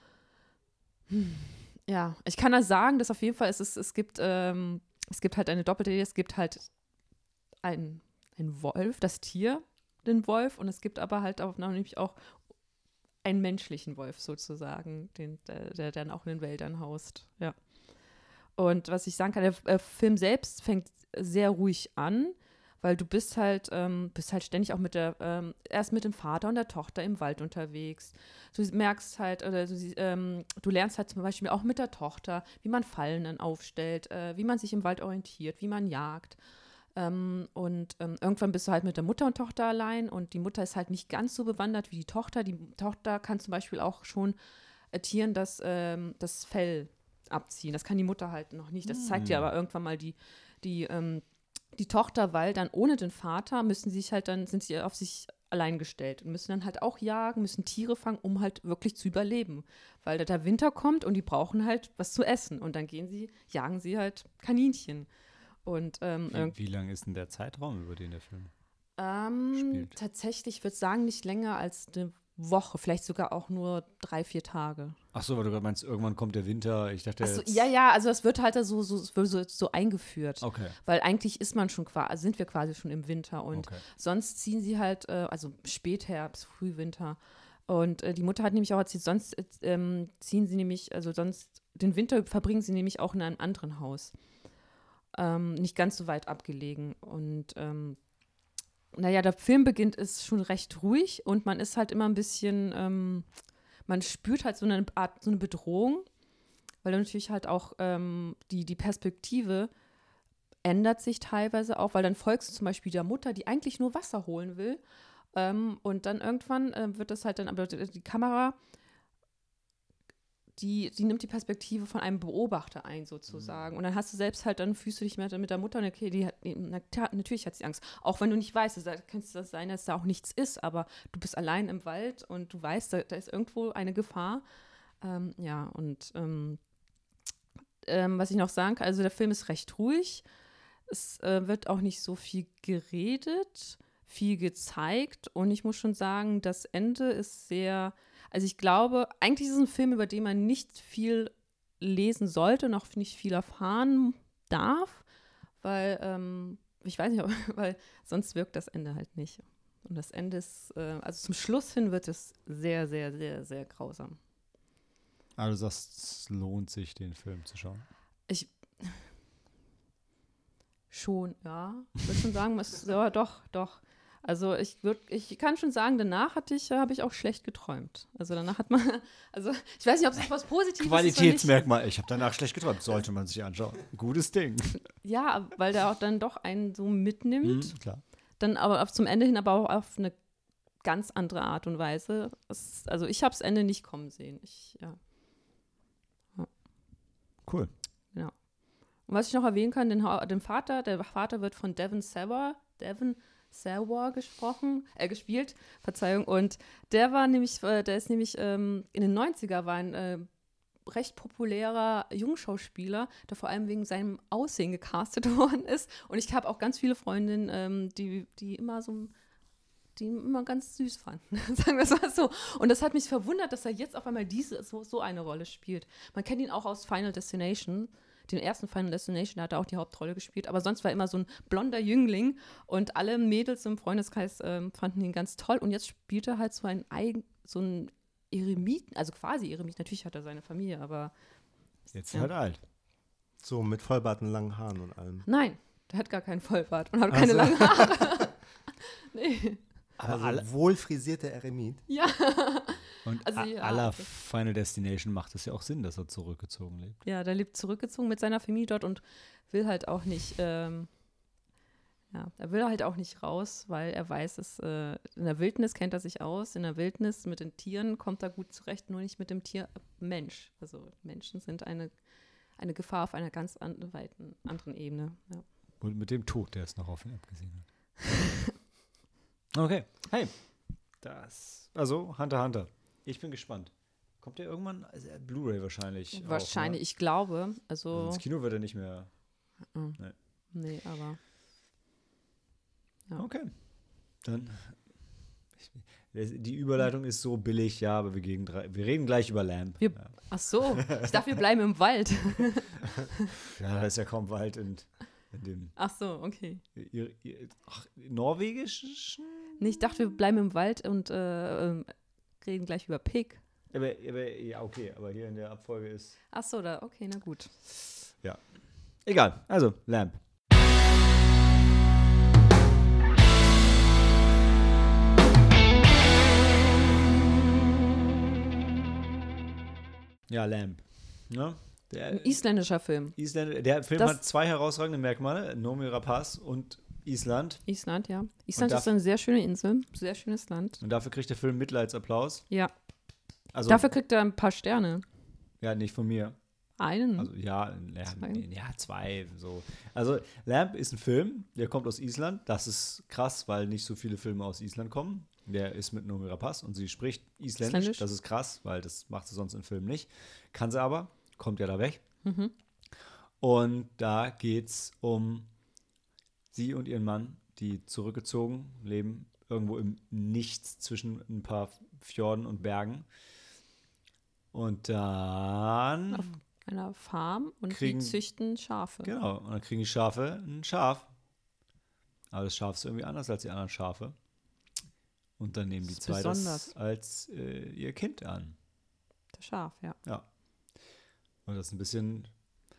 Hm. Ja, ich kann da sagen, dass auf jeden Fall es, ist, es gibt, ähm, es gibt halt eine doppelte Idee, es gibt halt ein ein Wolf, das Tier, den Wolf, und es gibt aber halt auch nämlich auch einen menschlichen Wolf sozusagen, den, der, der dann auch in den Wäldern haust. Ja. Und was ich sagen kann, der äh, Film selbst fängt sehr ruhig an, weil du bist halt, ähm, bist halt ständig auch mit der, ähm, erst mit dem Vater und der Tochter im Wald unterwegs. Du merkst halt, oder du, ähm, du lernst halt zum Beispiel auch mit der Tochter, wie man Fallen dann aufstellt, äh, wie man sich im Wald orientiert, wie man jagt. Ähm, und ähm, irgendwann bist du halt mit der Mutter und Tochter allein und die Mutter ist halt nicht ganz so bewandert wie die Tochter. Die Tochter kann zum Beispiel auch schon äh, Tieren das, ähm, das Fell abziehen. Das kann die Mutter halt noch nicht. Das zeigt dir aber irgendwann mal die, die, ähm, die Tochter, weil dann ohne den Vater müssen sie sich halt dann, sind sie auf sich allein gestellt und müssen dann halt auch jagen, müssen Tiere fangen, um halt wirklich zu überleben. Weil der Winter kommt und die brauchen halt was zu essen und dann gehen sie, jagen sie halt Kaninchen. Und, ähm, Wie, wie lang ist denn der Zeitraum, über den der Film ähm, spielt? Tatsächlich, ich würde sagen, nicht länger als eine Woche, vielleicht sogar auch nur drei, vier Tage. Ach so, weil du gerade meinst, irgendwann kommt der Winter. Ich dachte Ach so, jetzt, ja, ja, also es wird halt so, so, so, so eingeführt. Okay. Weil eigentlich ist man schon quasi, also sind wir quasi schon im Winter und Okay. sonst ziehen sie halt, äh, also Spätherbst, Frühwinter. Und äh, die Mutter hat nämlich auch erzählt, sonst äh, ähm, ziehen sie nämlich, also sonst, den Winter verbringen sie nämlich auch in einem anderen Haus. Ähm, nicht ganz so weit abgelegen. Und ähm, naja, der Filmbeginn ist schon recht ruhig und man ist halt immer ein bisschen, ähm, man spürt halt so eine Art, so eine Bedrohung, weil dann natürlich halt auch ähm, die, die Perspektive ändert sich teilweise auch, weil dann folgst du zum Beispiel der Mutter, die eigentlich nur Wasser holen will. Ähm, und dann irgendwann äh, wird das halt dann, aber die Kamera Die, die nimmt die Perspektive von einem Beobachter ein, sozusagen. Mhm. Und dann hast du selbst halt, dann fühlst du dich mit, mit der Mutter und okay, die hat, na, natürlich hat sie Angst. Auch wenn du nicht weißt, da könnte es sein, dass da auch nichts ist, aber du bist allein im Wald und du weißt, da, da ist irgendwo eine Gefahr. Ähm, ja, und ähm, ähm, was ich noch sagen kann, also der Film ist recht ruhig. Es äh, wird auch nicht so viel geredet, viel gezeigt. Und ich muss schon sagen, das Ende ist sehr. Also ich glaube, eigentlich ist es ein Film, über den man nicht viel lesen sollte, noch nicht viel erfahren darf, weil, ähm, ich weiß nicht, weil sonst wirkt das Ende halt nicht. Und das Ende ist, äh, also zum Schluss hin wird es sehr, sehr, sehr, sehr grausam. Aber du sagst, es lohnt sich, den Film zu schauen. Ich schon, ja. Ich würde schon sagen, es, ja, doch, doch. Also ich würd, ich kann schon sagen, danach hatte ich, habe ich auch schlecht geträumt. Also danach hat man, also ich weiß nicht, ob es was Positives ist. Qualitätsmerkmal. Ich habe danach schlecht geträumt. Sollte man sich anschauen. Gutes Ding. Ja, weil der auch dann doch einen so mitnimmt. Mhm, klar. Dann aber auf, zum Ende hin aber auch auf eine ganz andere Art und Weise. Es, also ich habe das Ende nicht kommen sehen. Ich, ja. Cool. Genau. Und was ich noch erwähnen kann, den, den Vater, der Vater wird von Devon Sawa, Devon Sawa gesprochen, äh, gespielt, Verzeihung. Und der war nämlich, äh, der ist nämlich ähm, in den neunziger war ein äh, recht populärer Jungschauspieler, der vor allem wegen seinem Aussehen gecastet worden ist. Und ich habe auch ganz viele Freundinnen, ähm, die, die immer so die ihn immer ganz süß fanden, sagen wir es mal so. Und das hat mich verwundert, dass er jetzt auf einmal diese so, so eine Rolle spielt. Man kennt ihn auch aus Final Destination, den ersten Final Destination, da hat er auch die Hauptrolle gespielt, aber sonst war er immer so ein blonder Jüngling und alle Mädels im Freundeskreis ähm, fanden ihn ganz toll und jetzt spielt er halt so ein eigen, so ein Eremiten, also quasi Eremit, natürlich hat er seine Familie, aber Jetzt ja. halt alt. So mit Vollbart und langen Haaren und allem. Nein, der hat gar keinen Vollbart und hat Ach keine so. langen Haare. Nee. Also alle- wohl frisierter Eremit. Ja. Und Also, a- ja, aller also- Final Destination macht es ja auch Sinn, dass er zurückgezogen lebt. Ja, der lebt zurückgezogen mit seiner Familie dort und will halt auch nicht, ähm, ja, er will halt auch nicht raus, weil er weiß, dass äh, in der Wildnis kennt er sich aus, in der Wildnis mit den Tieren kommt er gut zurecht, nur nicht mit dem Tier Mensch. Also Menschen sind eine, eine Gefahr auf einer ganz an, weiten anderen Ebene. Ja. Und mit dem Tod, der es noch auf ihn abgesehen hat. Okay. Hey. Das. Also, Hunter x Hunter. Ich bin gespannt. Kommt der irgendwann? Also, äh, Blu-ray wahrscheinlich. Wahrscheinlich, Auch, ne? ich glaube, Also also, ins Kino wird er nicht mehr. nee, aber Ja. Okay. Dann. Ich, die Überleitung ist so billig, ja, aber wir, gehen drei, wir reden gleich über Lamp. Wir- ja. ach so, ich dachte, wir bleiben im Wald. ja, da ist ja kaum Wald in, in dem Ach so, okay. ihr, ihr, ach, norwegischen. Nee, ich dachte, wir bleiben im Wald und äh, ähm, reden gleich über Pig. Aber, aber, ja, okay, aber hier in der Abfolge ist. Ach so, da, okay, na gut. Egal, also Lamp. Ja, Lamp. Ja, der, Ein isländischer Film. Island, der Film Das- hat zwei herausragende Merkmale: Noomi Rapace und Island. Island, ja. Island darf- ist eine sehr schöne Insel, sehr schönes Land. Und dafür kriegt der Film Mitleidsapplaus. Ja. Also, Dafür kriegt er ein paar Sterne. ja, nicht von mir. Einen. Also ja, ja, Zwei? ja, zwei. So. Also Lamp ist ein Film, der kommt aus Island. Das ist krass, weil nicht so viele Filme aus Island kommen. Der ist mit Noomi Rapace und sie spricht Isländisch. Isländisch. Das ist krass, weil das macht sie sonst in Filmen nicht. Kann sie aber, kommt ja da weg. Mhm. Und da geht es um sie und ihren Mann, die zurückgezogen leben, irgendwo im Nichts zwischen ein paar Fjorden und Bergen. Und dann Auf einer Farm und Kriegen- die züchten Schafe. Genau, und dann kriegen die Schafe ein Schaf. Aber das Schaf ist irgendwie anders als die anderen Schafe. Und dann nehmen die Das ist zwei das besonders. als äh, ihr Kind an. Das Schaf, ja. Ja. Und das ist ein bisschen,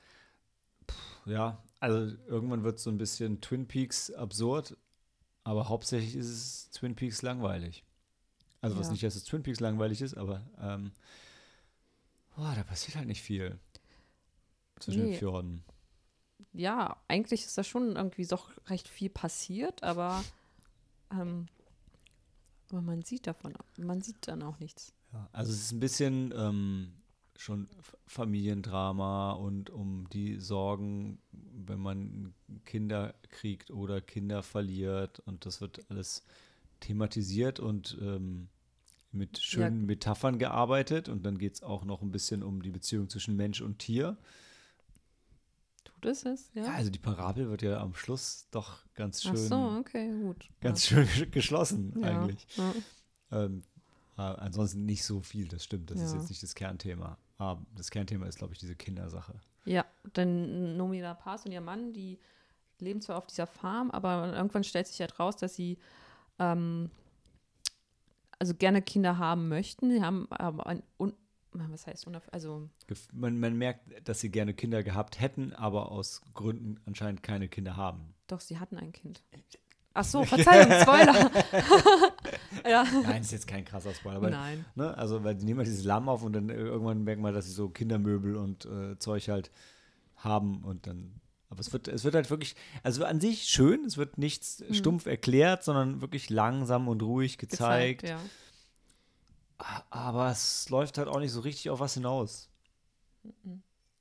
pff, ja, also irgendwann wird es so ein bisschen Twin Peaks absurd, aber hauptsächlich ist es Twin Peaks langweilig. Also was Ja. nicht, dass es Twin Peaks langweilig ist, aber ähm, boah, da passiert halt nicht viel zwischen den Nee. Fjorden. Ja, eigentlich ist da schon irgendwie doch recht viel passiert, aber, ähm, aber man sieht davon, man sieht dann auch nichts. Ja, also es ist ein bisschen ähm, schon F- Familiendrama und um die Sorgen, wenn man Kinder kriegt oder Kinder verliert, und das wird alles thematisiert und ähm, mit schönen Metaphern gearbeitet, und dann geht es auch noch ein bisschen um die Beziehung zwischen Mensch und Tier. Tut es es? Ja. Ja, also die Parabel wird ja am Schluss doch ganz schön, Ach so, okay, gut. ganz schön geschlossen ja. eigentlich. Ja. Ähm, äh, ansonsten nicht so viel, das stimmt. Das ist Ja. jetzt nicht das Kernthema. Aber das Kernthema ist, glaube ich, diese Kindersache. Ja, denn Noomi Rapace und ihr Mann, die leben zwar auf dieser Farm, aber irgendwann stellt sich halt raus, dass sie ähm, also gerne Kinder haben möchten. Sie haben aber ein, un, was heißt, unerf- also Gef- Man, man merkt, dass sie gerne Kinder gehabt hätten, aber aus Gründen anscheinend keine Kinder haben. doch, sie hatten ein Kind. Ach so, Verzeihung, Spoiler. ja. Nein, ist jetzt kein krasser Spoiler. Weil, Nein. Ne, also, weil die nehmen halt dieses Lamm auf und dann irgendwann merkt man, dass sie so Kindermöbel und äh, Zeug halt haben und dann. Aber es wird, es wird halt wirklich, also an sich schön, es wird nichts Mhm. stumpf erklärt, sondern wirklich langsam und ruhig gezeigt. ja. Aber es läuft halt auch nicht so richtig auf was hinaus. Mhm.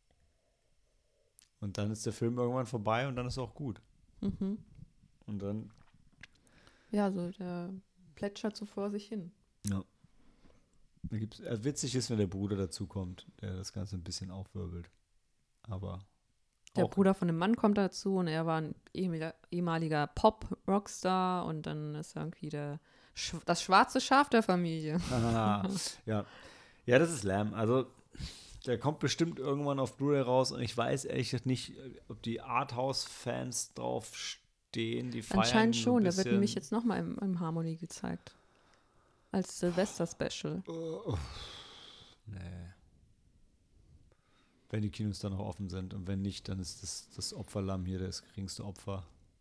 Und dann ist der Film irgendwann vorbei und dann ist er auch gut. Mhm. Und dann, Ja, so der plätschert so vor sich hin. ja. Da gibt's, äh, witzig ist, wenn der Bruder dazukommt, der das Ganze ein bisschen aufwirbelt. Aber Der auch, Bruder von dem Mann kommt dazu und er war ein ehemaliger, ehemaliger Pop-Rockstar und dann ist er irgendwie der, Sch- das schwarze Schaf der Familie. ah, ja. Ja, das ist Lamb. Also, der kommt bestimmt irgendwann auf Blu-ray raus und ich weiß ehrlich gesagt nicht, ob die Arthouse-Fans drauf stehen, die feiern Anscheinend so schon, ein der wird bisschen. nämlich jetzt nochmal im, im Harmony gezeigt. Als Silvester-Special. Oh, nee. Wenn die Kinos dann noch offen sind und wenn nicht, dann ist das, das Opferlamm hier das geringste Opfer.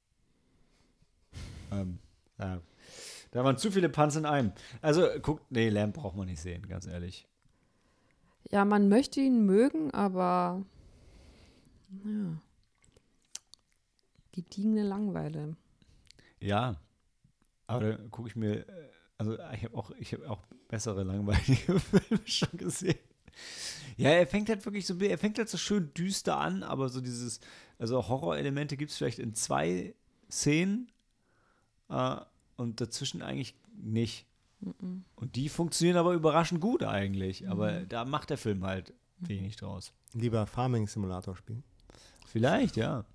ähm, ja. Da waren zu viele Panzer in einem. Also, guckt, nee, Lamb braucht man nicht sehen, ganz ehrlich. Ja, man möchte ihn mögen, aber ja. Gediegene Langeweile. Ja, aber da gucke ich mir, äh, also ich habe auch, ich habe auch bessere langweilige Filme schon gesehen. Ja, er fängt halt wirklich so, er fängt halt so schön düster an, aber so dieses, also Horrorelemente gibt es vielleicht in zwei Szenen äh, und dazwischen eigentlich nicht. Mhm. Und die funktionieren aber überraschend gut eigentlich, aber Mhm. da macht der Film halt wenig draus. Lieber Farming Simulator spielen. Vielleicht, ja.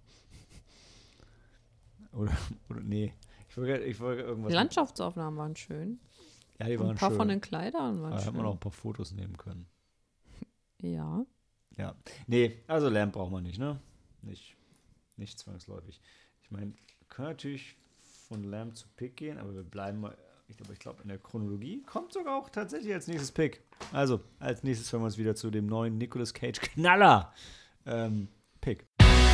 Oder, oder nee. Ich wollte, ich wollte irgendwas. Die Landschaftsaufnahmen waren schön. Ja, die Und waren ein paar schön. von den Kleidern waren Aber da schön. hätte man auch ein paar Fotos nehmen können. Ja. Ja. Nee, also Lamp braucht man nicht, ne? Nicht, nicht zwangsläufig. Ich meine, wir können natürlich von Lamp zu Pick gehen, aber wir bleiben mal, ich glaube, ich glaube, in der Chronologie kommt sogar auch tatsächlich als nächstes Pick. Also, als nächstes hören wir uns wieder zu dem neuen Nicolas Cage Knaller ähm, Pick.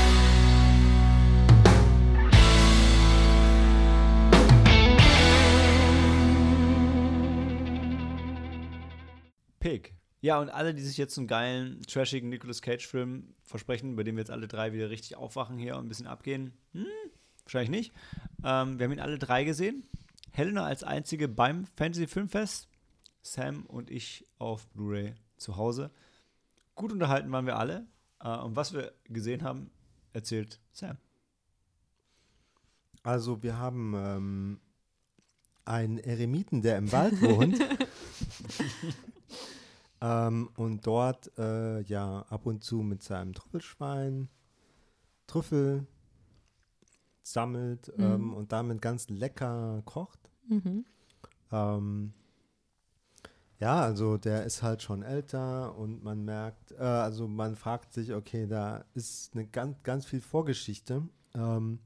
Pick. Ja, und alle, die sich jetzt einen geilen, trashigen Nicolas Cage-Film versprechen, bei dem wir jetzt alle drei wieder richtig aufwachen hier und ein bisschen abgehen, hm, wahrscheinlich nicht. Ähm, wir haben ihn alle drei gesehen. Helena als einzige beim Fantasy-Filmfest. Sam und ich auf Blu-ray zu Hause. Gut unterhalten waren wir alle. Äh, und was wir gesehen haben, erzählt Sam. Also wir haben ähm, einen Eremiten, der im Wald wohnt. ähm, und dort äh, ja ab und zu mit seinem Trüffelschwein Trüffel sammelt Mhm. ähm, und damit ganz lecker kocht. Mhm. Ähm, ja, also der ist halt schon älter und man merkt, äh, also man fragt sich, okay, da ist eine ganz, ganz viel Vorgeschichte. Ähm,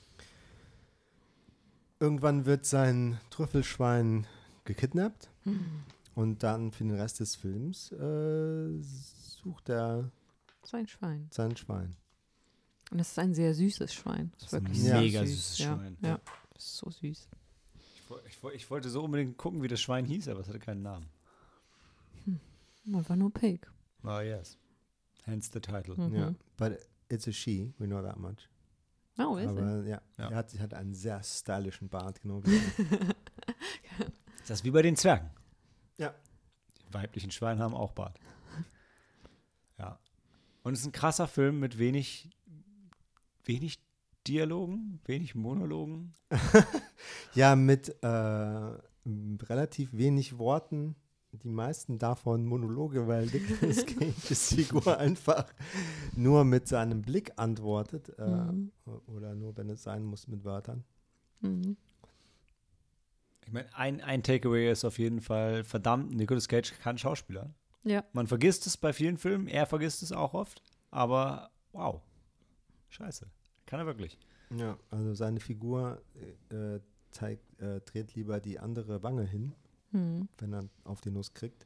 irgendwann wird sein Trüffelschwein gekidnappt Mhm. und dann für den Rest des Films äh, sucht er So ein Schwein. sein Schwein. Und es ist ein sehr süßes Schwein. Das ist Das ist ein wirklich mega sehr süß. süßes ja. Schwein. Ja, das ist so süß. Ich, wo- ich, wo- ich wollte so unbedingt gucken, wie das Schwein hieß, aber es hatte keinen Namen. Einfach nur Pig. Ah, yes. Hence the title. Mhm. Ja, but it's a she, we know that much. Oh, ist Aber ja, Ja. er hat, hat einen sehr stylischen Bart, genau wie er. Ist das wie bei den Zwergen? Ja. Die weiblichen Schweine haben auch Bart. Ja. Und es ist ein krasser Film mit wenig, wenig Dialogen, wenig Monologen. Ja, mit äh, m, relativ wenig Worten. Die meisten davon Monologe, weil Nicolas Cages Figur einfach nur mit seinem Blick antwortet. Äh, Mhm. Oder nur, wenn es sein muss, mit Wörtern. Mhm. Ich meine, ein, ein Takeaway ist auf jeden Fall, verdammt, Nicolas Cage kann Schauspieler. Ja. Man vergisst es bei vielen Filmen, er vergisst es auch oft, aber wow, scheiße, kann er wirklich. Ja, also seine Figur äh, zeigt, äh, dreht lieber die andere Wange hin, Mhm. wenn er auf die Nuss kriegt.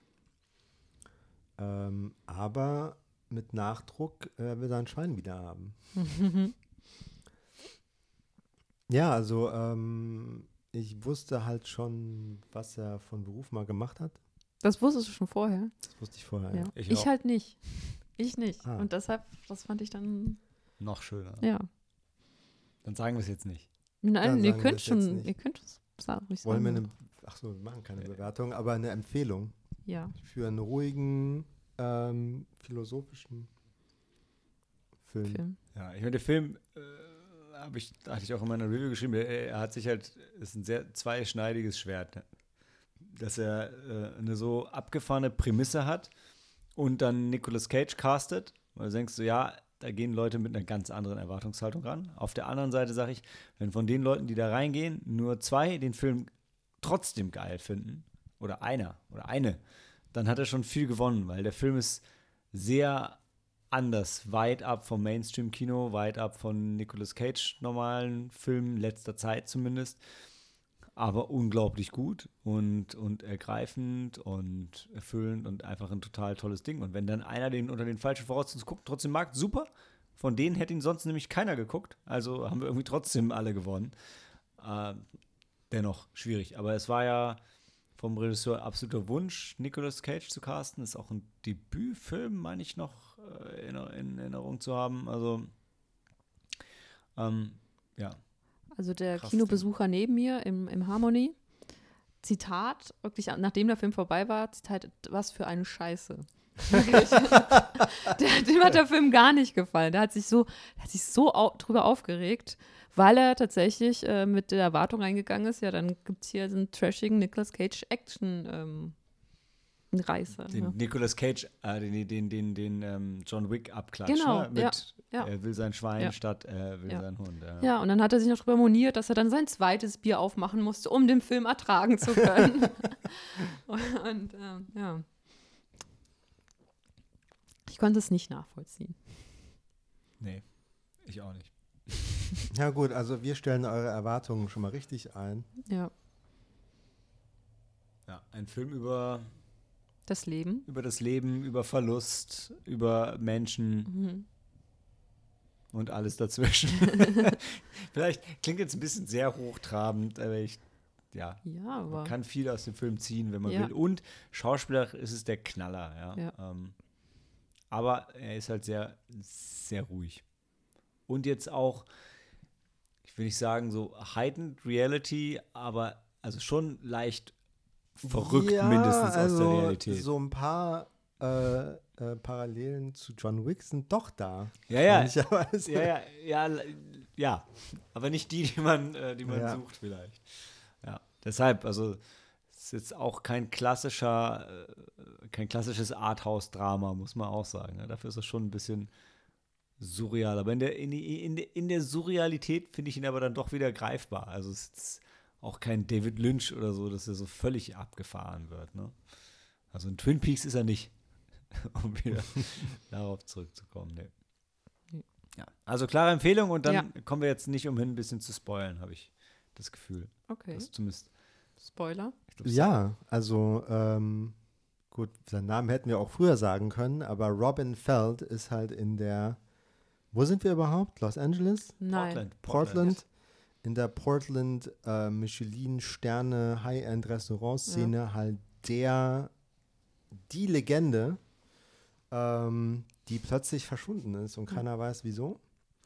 Ähm, aber mit Nachdruck äh, will er ein Schwein wieder haben. Ja, also ähm, ich wusste halt schon, was er von Beruf mal gemacht hat. Das wusstest du schon vorher? Das wusste ich vorher, Ja. ja. Ich Ich, auch. halt nicht. Ich nicht. Ah. Und deshalb, das fand ich dann, Noch schöner. ja. Dann sagen wir es jetzt nicht. Nein, Dann ihr sagen wir könnt es jetzt schon, nicht. ihr könnt es sagen. ruhig Wollen wir sagen. eine, ach so, wir machen keine Bewertung, aber eine Empfehlung Ja. für einen ruhigen, ähm, philosophischen Film. Film. Ja, ich meine, der Film, äh, hab ich, hatte ich auch in meiner Review geschrieben, er, er hat sich halt, ist ein sehr zweischneidiges Schwert, ne? Dass er äh, eine so abgefahrene Prämisse hat und dann Nicolas Cage castet, weil du denkst so, ja, da gehen Leute mit einer ganz anderen Erwartungshaltung ran. Auf der anderen Seite sage ich, wenn von den Leuten, die da reingehen, nur zwei den Film trotzdem geil finden, oder einer oder eine, dann hat er schon viel gewonnen, weil der Film ist sehr anders, weit ab vom Mainstream-Kino, weit ab von Nicolas Cage normalen Filmen, letzter Zeit zumindest, aber unglaublich gut und, und ergreifend und erfüllend und einfach ein total tolles Ding. Und wenn dann einer den unter den falschen Voraussetzungen guckt, trotzdem mag, super. Von denen hätte ihn sonst nämlich keiner geguckt. Also haben wir irgendwie trotzdem alle gewonnen. Äh, dennoch schwierig. Aber es war ja vom Regisseur absoluter Wunsch, Nicolas Cage zu casten. Ist auch ein Debütfilm, meine ich noch äh, in, in Erinnerung zu haben. Also, ähm, ja. Also der Krass, Kinobesucher neben mir im, im Harmony, Zitat, wirklich, nachdem der Film vorbei war, Zitat, was für eine Scheiße. Wirklich. der, dem hat der Film gar nicht gefallen. Der hat sich so, der hat sich so au- drüber aufgeregt, weil er tatsächlich äh, mit der Erwartung reingegangen ist, ja, dann gibt es hier so einen trashigen Nicolas Cage Action ähm, Reißer. Den Ja. Nicolas Cage, äh, den, den, den, den ähm, John Wick abklatscht. Genau, Ne? Mit, ja, ja. Er will sein Schwein Ja. statt er will Ja. seinen Hund. Ja. Ja, und dann hat er sich noch drüber moniert, dass er dann sein zweites Bier aufmachen musste, um den Film ertragen zu können. und und ähm, ja. Ich konnte es nicht nachvollziehen. Nee, ich auch nicht. Ja gut, also wir stellen eure Erwartungen schon mal richtig ein. Ja, Ja, ein Film über, das Leben. über das Leben, über Verlust, über Menschen Mhm. und alles dazwischen. Vielleicht klingt jetzt ein bisschen sehr hochtrabend, aber ich, ja, Ja, aber man kann viel aus dem Film ziehen, wenn man Ja. will. Und Schauspieler ist es der Knaller, ja. Ja. Ähm, aber er ist halt sehr, sehr ruhig. Und jetzt auch, ich will nicht sagen so heightened Reality, aber also schon leicht verrückt Ja, mindestens also aus der Realität. so ein paar äh, äh, Parallelen zu John Wick sind doch da. Ja, ja. Mancherweise. Ja, ja, ja, l- ja. Aber nicht die, die man, äh, die man Ja. sucht vielleicht. Ja, deshalb, also es ist jetzt auch kein klassischer, äh, kein klassisches Arthouse-Drama, muss man auch sagen. Ne? Dafür ist es schon ein bisschen surreal. Aber in der, in, die- in, der- in der Surrealität finde ich ihn aber dann doch wieder greifbar. Also es ist auch kein David Lynch oder so, dass er so völlig abgefahren wird. Ne? Also in Twin Peaks ist er nicht, um wieder darauf zurückzukommen. Nee. Ja, also klare Empfehlung und dann Ja. kommen wir jetzt nicht umhin, ein bisschen zu spoilern, habe ich das Gefühl. okay. Das zumindest. Spoiler. Ich glaub, Ja, also ähm, gut, seinen Namen hätten wir auch früher sagen können, aber Robin Feld ist halt in der, wo sind wir überhaupt? Los Angeles? Nein. Portland. Portland? In der Portland äh, Michelin-Sterne High-End-Restaurantszene halt der, die Legende, ähm, die plötzlich verschwunden ist und keiner weiß wieso.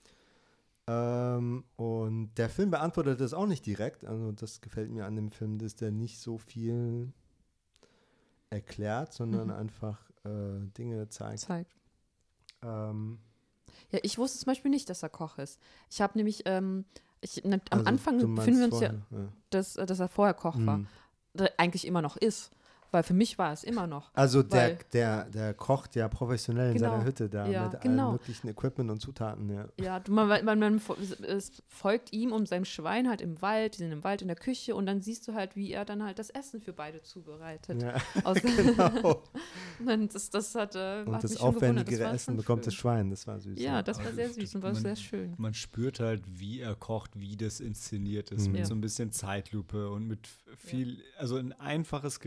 Ähm, und der Film beantwortet das auch nicht direkt. Also das gefällt mir an dem Film, dass der nicht so viel erklärt, sondern Mhm. einfach äh, Dinge zeigt. Zeigt. Ähm, Ja, ich wusste zum Beispiel nicht, dass er Koch ist. Ich habe nämlich, ähm, ich, ne, am also Anfang du meinst befinden wir uns ja, vorher, ja. dass, äh, dass er vorher Koch war. Mhm. Der eigentlich immer noch ist. Weil für mich war es immer noch. Also der, Weil- der, der kocht ja professionell in Genau. seiner Hütte da Ja, mit genau. allem möglichen Equipment und Zutaten, ja. Ja, du- man, man, man fo- es folgt ihm um sein Schwein halt im Wald, die sind im Wald in der Küche und dann siehst du halt, wie er dann halt das Essen für beide zubereitet. ja Aus, genau. und das, das hat, äh, Und hat das mich schon gewundert. aufwendigere war Essen schon bekommt schön. das Schwein, das war süß. Ja, das Aber war sehr das- süß und war man- sehr schön. Man spürt halt, wie er kocht, wie das inszeniert ist, Mhm. mit Ja. so ein bisschen Zeitlupe und mit viel, also ein einfaches Gericht, vermeintlich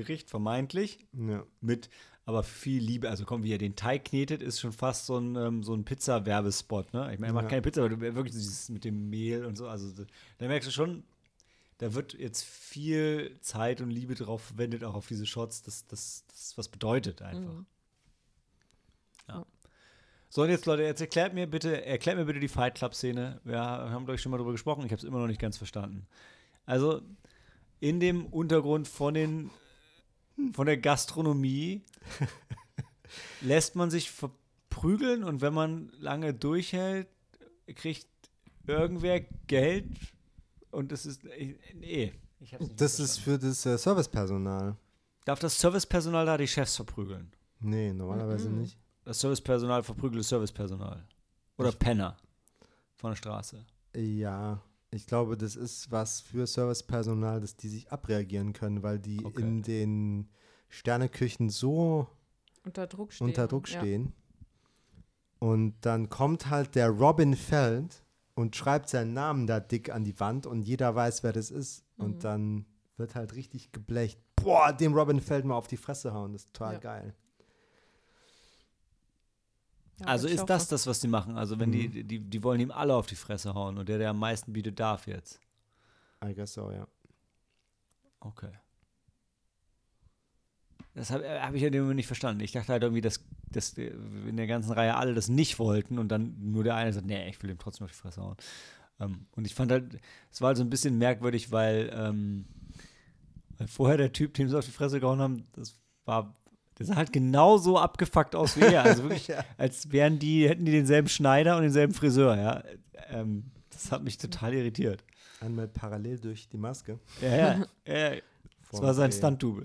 vermeintlich, Ja. mit aber viel Liebe. Also komm, wie er den Teig knetet, ist schon fast so ein, ähm, so ein Pizza-Werbespot, ne? Ich meine, er macht Ja. keine Pizza, aber du- wirklich dieses mit dem Mehl und so. Also da da merkst du schon, da wird jetzt viel Zeit und Liebe drauf verwendet, auch auf diese Shots, dass das was bedeutet einfach. Mhm. Ja. So, und jetzt, Leute, jetzt erklärt mir bitte, erklärt mir bitte die Fight Club-Szene. Wir haben, glaube ich, schon mal drüber gesprochen. Ich habe es immer noch nicht ganz verstanden. Also, in dem Untergrund von den von der Gastronomie lässt man sich verprügeln und wenn man lange durchhält, kriegt irgendwer Geld und das ist, nee, ich hab's nicht Das ist verstanden. für das äh, Servicepersonal. Darf das Servicepersonal da die Chefs verprügeln? Nee, normalerweise Mhm. nicht. Das Servicepersonal verprügelt das Servicepersonal. Oder Ich- Penner von der Straße. Ja, ich glaube, das ist was für Servicepersonal, dass die sich abreagieren können, weil die Okay. in den Sterneküchen so Unter Druck stehen. unter Druck ja. stehen. Und dann kommt halt der Robin Feld und schreibt seinen Namen da dick an die Wand und jeder weiß, wer das ist. Mhm. Und dann wird halt richtig geblecht. Boah, dem Robin Feld mal auf die Fresse hauen. Das ist total Ja. geil. Ja, Also würd ich ist auch das so- das, was die machen? Also wenn Mhm. die, die, die wollen ihm alle auf die Fresse hauen und der, der am meisten bietet, darf jetzt. I guess so, ja. Okay. Das habe hab ich ja dem Moment nicht verstanden. Ich dachte halt irgendwie, dass, dass in der ganzen Reihe alle das nicht wollten und dann nur der eine sagt, nee, ich will ihm trotzdem auf die Fresse hauen. Ähm, und ich fand halt, es war halt so ein bisschen merkwürdig, weil, ähm, weil vorher der Typ, dem sie auf die Fresse gehauen haben, das war, der sah halt genauso abgefuckt aus wie er. Also wirklich, Ja. als wären die, hätten die denselben Schneider und denselben Friseur, ja. Ähm, das hat mich total irritiert. Einmal parallel durch die Maske. Ja, ja, ja, ja. Das war sein Stunt-Double.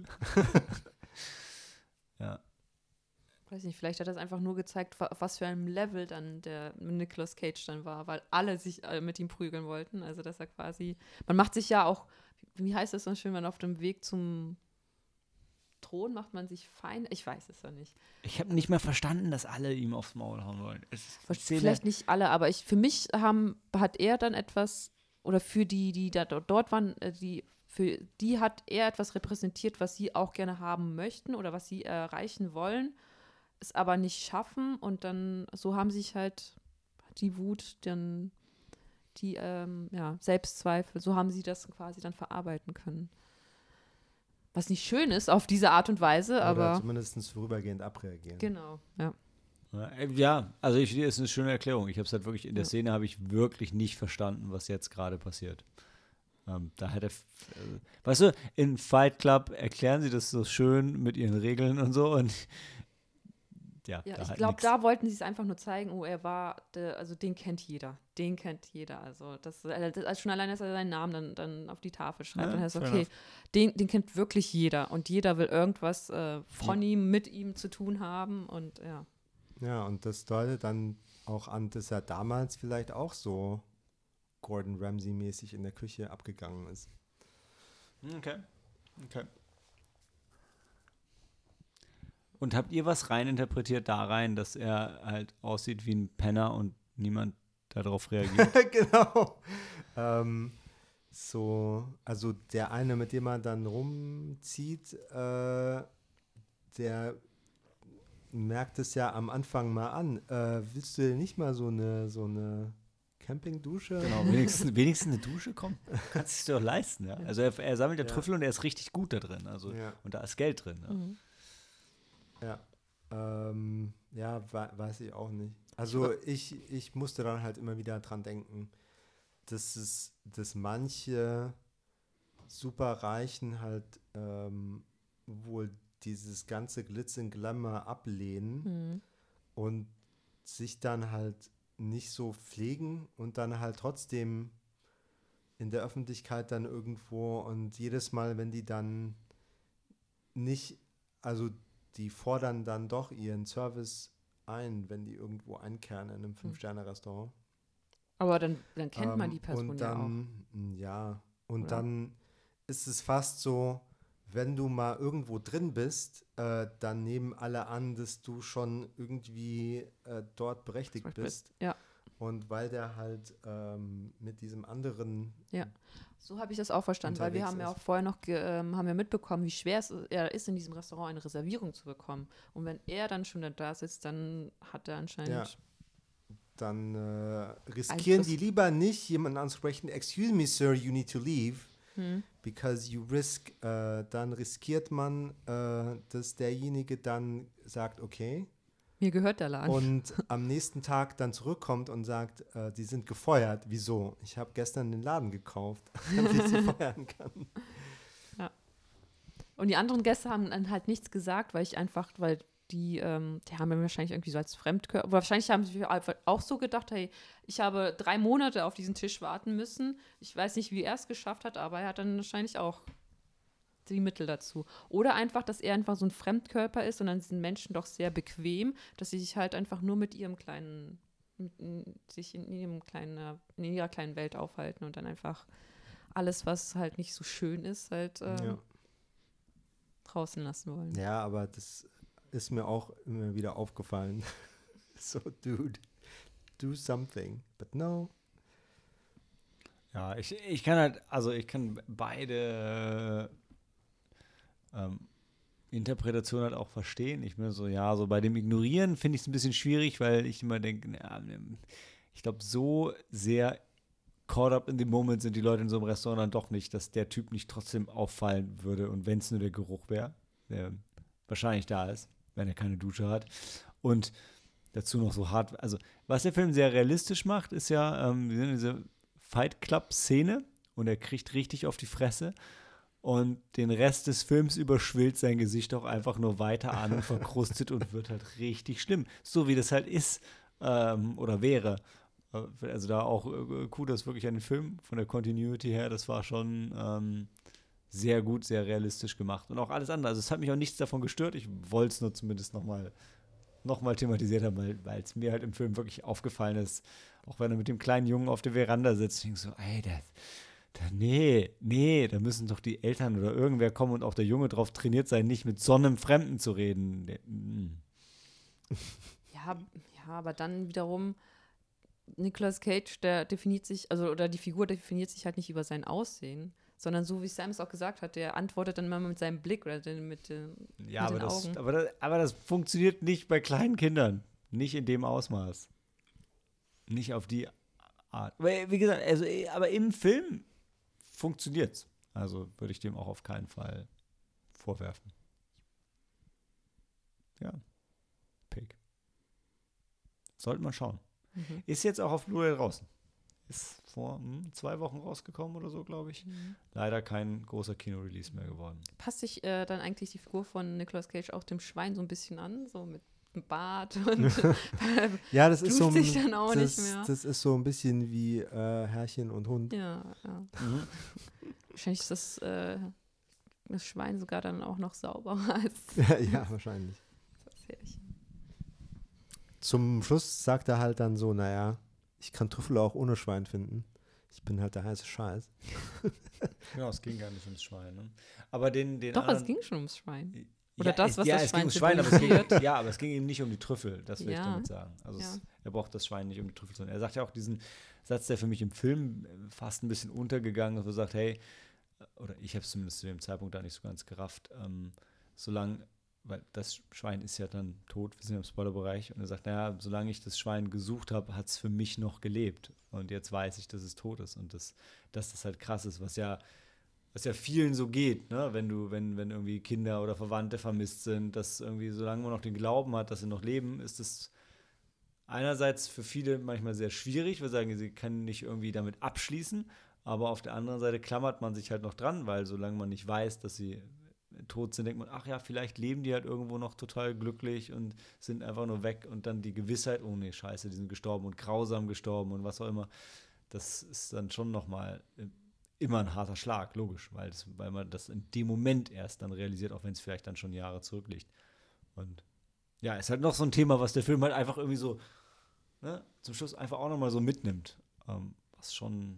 Ja. Weiß nicht, vielleicht hat das einfach nur gezeigt, wa- auf was für einem Level dann der Nicolas Cage dann war, weil alle sich äh, mit ihm prügeln wollten. Also, dass er quasi, man macht sich ja auch, wie heißt das so schön, man auf dem Weg zum Thron macht man sich fein. Ich weiß es ja nicht. Ich habe nicht mehr verstanden, dass alle ihm aufs Maul hauen wollen. Es ist die Szene- Vielleicht nicht alle, aber ich, für mich haben, hat er dann etwas, oder für die, die da dort dort waren, äh, die, für die hat er etwas repräsentiert, was sie auch gerne haben möchten oder was sie erreichen wollen, es aber nicht schaffen und dann, so haben sich halt die Wut, dann die ähm, ja, Selbstzweifel, so haben sie das quasi dann verarbeiten können. Was nicht schön ist auf diese Art und Weise, Oder aber zumindest vorübergehend abreagieren. genau, ja. Ja, also ich, das ist eine schöne Erklärung. Ich habe es halt wirklich, in der Ja. Szene habe ich wirklich nicht verstanden, was jetzt gerade passiert. Ähm, da hätte, äh, weißt du, in Fight Club erklären sie das so schön mit ihren Regeln und so und ja, Ja, da ich halt glaube, nix. da wollten sie es einfach nur zeigen, oh, er war, der, also den kennt jeder. Den kennt jeder. Also das, äh, das also schon allein, dass er seinen Namen dann, dann auf die Tafel schreibt, Ja, dann heißt fair okay, enough. den, den kennt wirklich jeder und jeder will irgendwas äh, von Ja. ihm, mit ihm zu tun haben und ja. Ja, und das deutet dann auch an, dass er damals vielleicht auch so Gordon Ramsay-mäßig in der Küche abgegangen ist. Okay, okay. Und habt ihr was reininterpretiert da rein, dass er halt aussieht wie ein Penner und niemand darauf reagiert? Genau. Ähm, so, also der eine, mit dem er dann rumzieht, äh, der merkt es ja am Anfang mal an. Äh, willst du dir nicht mal so eine, so eine Campingdusche? Genau, wenigstens, wenigstens eine Dusche, komm. Kannst du es dir doch leisten, ja. Also er, er sammelt ja Ja. Trüffel und er ist richtig gut da drin. Also, Ja. und da ist Geld drin. Ja. Mhm. Ja, ähm, ja, we weiß ich auch nicht. Also ich, ich musste dann halt immer wieder dran denken, dass es, dass manche Superreichen halt ähm, wohl dieses ganze Glitz und Glamour ablehnen Mhm. und sich dann halt nicht so pflegen und dann halt trotzdem in der Öffentlichkeit dann irgendwo und jedes Mal, wenn die dann nicht, also die fordern dann doch ihren Service ein, wenn die irgendwo einkehren in einem Fünf-Sterne-Restaurant. Aber dann, dann kennt man Ähm, die Person und ja auch. dann, m, ja, und Oder? dann ist es fast so, wenn du mal irgendwo drin bist, äh, dann nehmen alle an, dass du schon irgendwie äh, dort berechtigt bist. Ja. Und weil der halt ähm, mit diesem anderen Ja, so habe ich das auch verstanden, weil wir unterwegs haben ja ist. auch vorher noch ge, ähm, haben wir mitbekommen, wie schwer es er ist, in diesem Restaurant eine Reservierung zu bekommen. Und wenn er dann schon da sitzt, dann hat er anscheinend. Ja. Dann äh, riskieren Einfluss. die lieber nicht, jemanden anzusprechen, excuse me, sir, you need to leave, Hm. because you risk, äh, dann riskiert man, äh, dass derjenige dann sagt, okay, Mir gehört der Laden. und am nächsten Tag dann zurückkommt und sagt, äh, die sind gefeuert. Wieso? Ich habe gestern den Laden gekauft, damit ich sie feuern kann. Und die anderen Gäste haben dann halt nichts gesagt, weil ich einfach, weil die, ähm, die haben mir wahrscheinlich irgendwie so als Fremdkörper, wahrscheinlich haben sie einfach auch so gedacht, hey, ich habe drei Monate auf diesen Tisch warten müssen. Ich weiß nicht, wie er es geschafft hat, aber er hat dann wahrscheinlich auch die Mittel dazu. Oder einfach, dass er einfach so ein Fremdkörper ist und dann sind Menschen doch sehr bequem, dass sie sich halt einfach nur mit ihrem kleinen, mit, sich in ihrem kleinen, in ihrer kleinen Welt aufhalten und dann einfach alles, was halt nicht so schön ist, halt ähm, Ja. draußen lassen wollen. Ja, aber das ist mir auch immer wieder aufgefallen. So, dude, do something. But no. Ja, ich, ich kann halt, also ich kann beide ähm, Interpretationen halt auch verstehen. Ich bin so, ja, so bei dem Ignorieren finde ich es ein bisschen schwierig, weil ich immer denke, ja, ich glaube, so sehr caught up in the moment sind die Leute in so einem Restaurant dann doch nicht, dass der Typ nicht trotzdem auffallen würde und wenn es nur der Geruch wäre, der wahrscheinlich da ist, wenn er keine Dusche hat. Und dazu noch so hart, also was der Film sehr realistisch macht, ist ja, ähm, wir sind in dieser Fight Club-Szene und er kriegt richtig auf die Fresse und den Rest des Films überschwillt sein Gesicht auch einfach nur weiter an und verkrustet und wird halt richtig schlimm. So wie das halt ist ähm, oder wäre. Also da auch äh, Kudos wirklich an den Film von der Continuity her, das war schon ähm, sehr gut, sehr realistisch gemacht. Und auch alles andere, also es hat mich auch nichts davon gestört, ich wollte es nur zumindest nochmal noch mal thematisiert haben, weil es mir halt im Film wirklich aufgefallen ist, auch wenn er mit dem kleinen Jungen auf der Veranda sitzt, ich denke so, ey, das, das, nee, nee, da müssen doch die Eltern oder irgendwer kommen und auch der Junge drauf trainiert sein, nicht mit so einem Fremden zu reden. Der, mm. Ja, ja, aber dann wiederum Nicolas Cage, der definiert sich, also oder die Figur definiert sich halt nicht über sein Aussehen, sondern so wie Sam es auch gesagt hat, der antwortet dann mal mit seinem Blick oder mit, äh, Ja, mit aber den das, Augen. aber, das, aber das funktioniert nicht bei kleinen Kindern. Nicht in dem Ausmaß. Nicht auf die Art. Aber wie gesagt, also, aber im Film funktioniert's. Also würde ich dem auch auf keinen Fall vorwerfen. Ja. Pig. Sollte man schauen. Mhm. Ist jetzt auch auf Blu-ray draußen. Ist vor hm, zwei Wochen rausgekommen oder so, glaube ich. Mhm. Leider kein großer Kino-Release mehr geworden. Passt sich äh, dann eigentlich die Figur von Nicolas Cage auch dem Schwein so ein bisschen an, so mit dem Bart und Ja, das ist so, Tut sich dann auch das, nicht mehr. das ist so ein bisschen wie äh, Herrchen und Hund. ja, ja. Mhm. Wahrscheinlich ist das, äh, das Schwein sogar dann auch noch sauberer als Ja, ja, wahrscheinlich. das Härchen. Zum Schluss sagt er halt dann so, naja, ich kann Trüffel auch ohne Schwein finden. Ich bin halt der heiße Scheiß. Ja, es ging gar nicht ums Schwein. Ne? Aber den, den Doch, anderen, es ging schon ums Schwein. Oder ja, das, es, was ja, das es Schwein ging ums Schwein, aber es ging, symbolisiert. ja, aber es ging ihm nicht um die Trüffel, das will Ja. ich damit sagen. Also Ja. es, er braucht das Schwein nicht um die Trüffel, sondern er sagt ja auch diesen Satz, der für mich im Film fast ein bisschen untergegangen ist, wo er sagt, hey, oder ich habe es zumindest zu dem Zeitpunkt da nicht so ganz gerafft, ähm, solange, weil das Schwein ist ja dann tot, wir sind ja im Spoilerbereich, und er sagt, naja, solange ich das Schwein gesucht habe, hat es für mich noch gelebt und jetzt weiß ich, dass es tot ist und das, dass das halt krass ist, was ja was ja vielen so geht, ne? Wenn du, wenn, wenn irgendwie Kinder oder Verwandte vermisst sind, dass irgendwie, solange man noch den Glauben hat, dass sie noch leben, ist es einerseits für viele manchmal sehr schwierig, wir sagen, sie können nicht irgendwie damit abschließen, aber auf der anderen Seite klammert man sich halt noch dran, weil solange man nicht weiß, dass sie tot sind, denkt man, ach ja, vielleicht leben die halt irgendwo noch total glücklich und sind einfach nur weg und dann die Gewissheit, oh nee, scheiße, die sind gestorben und grausam gestorben und was auch immer, das ist dann schon nochmal immer ein harter Schlag, logisch, weil, das, weil man das in dem Moment erst dann realisiert, auch wenn es vielleicht dann schon Jahre zurückliegt. Und ja, ist halt noch so ein Thema, was der Film halt einfach irgendwie so, ne, zum Schluss einfach auch nochmal so mitnimmt, ähm, was schon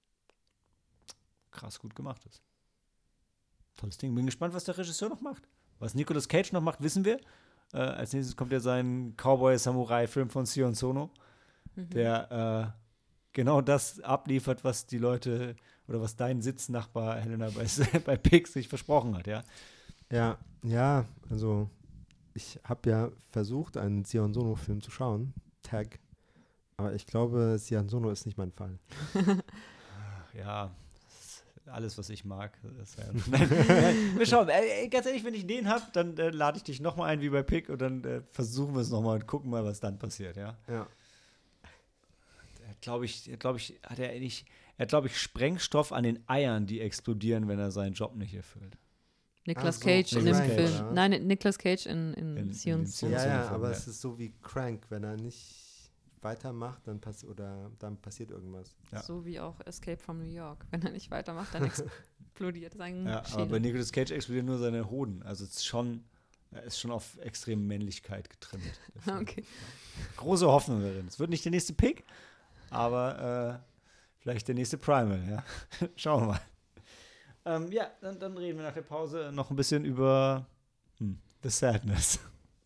krass gut gemacht ist. Tolles Ding. Bin gespannt, was der Regisseur noch macht. Was Nicolas Cage noch macht, wissen wir. Äh, als nächstes kommt ja sein Cowboy-Samurai-Film von Sion Sono. Mhm. der äh, genau das abliefert, was die Leute oder was dein Sitznachbar Helena bei, bei Pix sich versprochen hat, ja. Ja, ja, also ich habe ja versucht, einen Sion Sono-Film zu schauen, Tag, aber ich glaube, Sion Sono ist nicht mein Fall. Ja, das ist alles, was ich mag. Das ist ja, nein, nein, wir schauen. Ey, ganz ehrlich, wenn ich den habe, dann äh, lade ich dich nochmal ein wie bei Pick und dann äh, versuchen wir es nochmal und gucken mal, was dann passiert, ja. Ja. Glaube ich, glaube ich, hat er nicht, er hat, glaube ich, Sprengstoff an den Eiern, die explodieren, wenn er seinen Job nicht erfüllt. Nicolas Ach so, Cage in dem Nicolas Cage, Film. oder? Nein, Nicolas Cage in, In- in, in Sion dem Sono. Ja, Sion ja, Sono-Film, aber ja. es ist so wie Crank, wenn er nicht weitermacht, dann pass oder dann passiert irgendwas. Ja. So wie auch Escape from New York. Wenn er nicht weitermacht, dann explodiert sein Ja, aber Schädel. bei Nicolas Cage explodieren nur seine Hoden. Also es ist schon, er ist schon auf extreme Männlichkeit getrimmt. der Film. Okay. Große Hoffnung darin. Es wird nicht der nächste Pick, aber äh, vielleicht der nächste Primal, ja. Schauen wir mal. Ähm, ja, dann, dann reden wir nach der Pause noch ein bisschen über hm, The Sadness.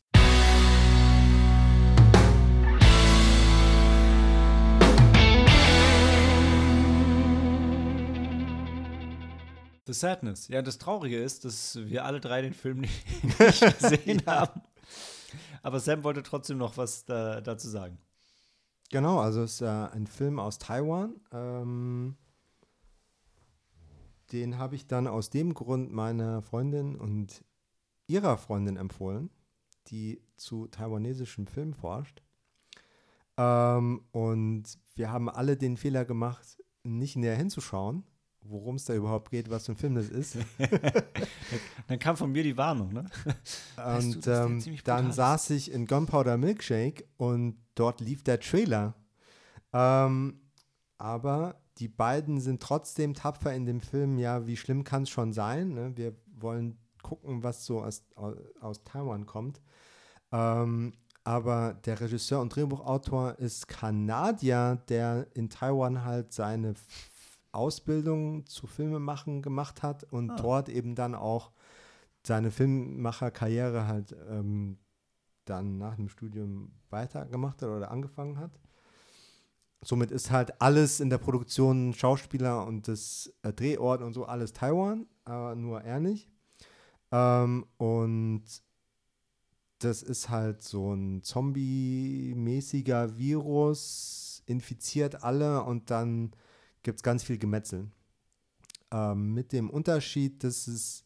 The Sadness. Ja, das Traurige ist, dass wir alle drei den Film nicht, nicht gesehen Ja. haben. Aber Sam wollte trotzdem noch was da, dazu sagen. Genau, also es ist äh, ein Film aus Taiwan. Ähm, den habe ich dann aus dem Grund meiner Freundin und ihrer Freundin empfohlen, die zu taiwanesischem Film forscht. Ähm, und wir haben alle den Fehler gemacht, nicht näher hinzuschauen, worum es da überhaupt geht, was für ein Film das ist. Dann kam von mir die Warnung, ne? Weißt du, Und dass der ähm, ziemlich brutal dann ist? saß ich in Gunpowder Milkshake und dort lief der Trailer. Ähm, aber die beiden sind trotzdem tapfer in dem Film. Ja, wie schlimm kann es schon sein? Ne? Wir wollen gucken, was so aus, aus, aus Taiwan kommt. Ähm, aber der Regisseur und Drehbuchautor ist Kanadier, der in Taiwan halt seine F- Ausbildung zu Filmemachen gemacht hat und Ah. dort eben dann auch seine Filmemacherkarriere halt ähm, dann nach dem Studium weitergemacht hat oder angefangen hat. Somit ist halt alles in der Produktion, Schauspieler und das äh, Drehort und so alles Taiwan, aber nur er nicht. Ähm, und das ist halt so ein Zombie-mäßiger Virus, infiziert alle und dann gibt es ganz viel Gemetzel. Ähm, mit dem Unterschied, dass es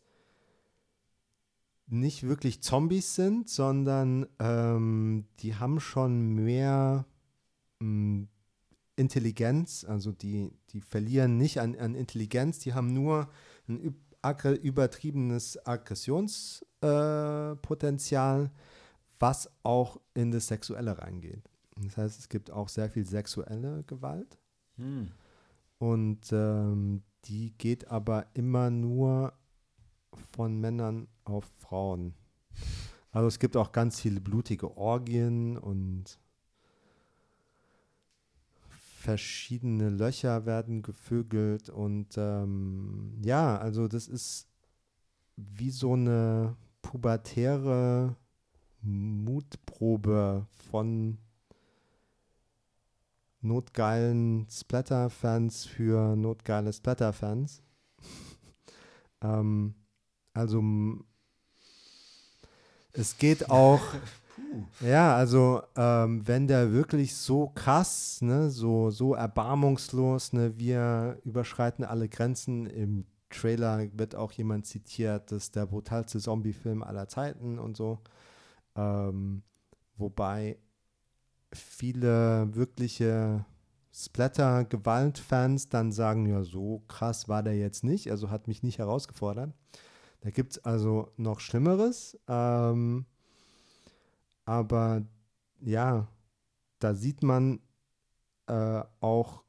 nicht wirklich Zombies sind, sondern ähm, die haben schon mehr mh, Intelligenz, also die, die verlieren nicht an, an Intelligenz, die haben nur ein üb- aggr- übertriebenes Aggressionspotenzial, äh, Potenzial, was auch in das Sexuelle reingeht. Das heißt, es gibt auch sehr viel sexuelle Gewalt Hm. und ähm, die geht aber immer nur von Männern auf Frauen. Also es gibt auch ganz viele blutige Orgien und verschiedene Löcher werden gevögelt und ähm, ja, also das ist wie so eine pubertäre Mutprobe von notgeilen Splatter-Fans für notgeile Splatter-Fans. ähm, also m- es geht auch, ja, also ähm, wenn der wirklich so krass, ne, so, so erbarmungslos, ne, wir überschreiten alle Grenzen. Im Trailer wird auch jemand zitiert, das ist der brutalste Zombie-Film aller Zeiten und so. Ähm, wobei viele wirkliche Splatter-Gewalt-Fans dann sagen, ja, so krass war der jetzt nicht, also hat mich nicht herausgefordert. Da gibt es also noch Schlimmeres. Ähm, aber ja, da sieht man äh, auch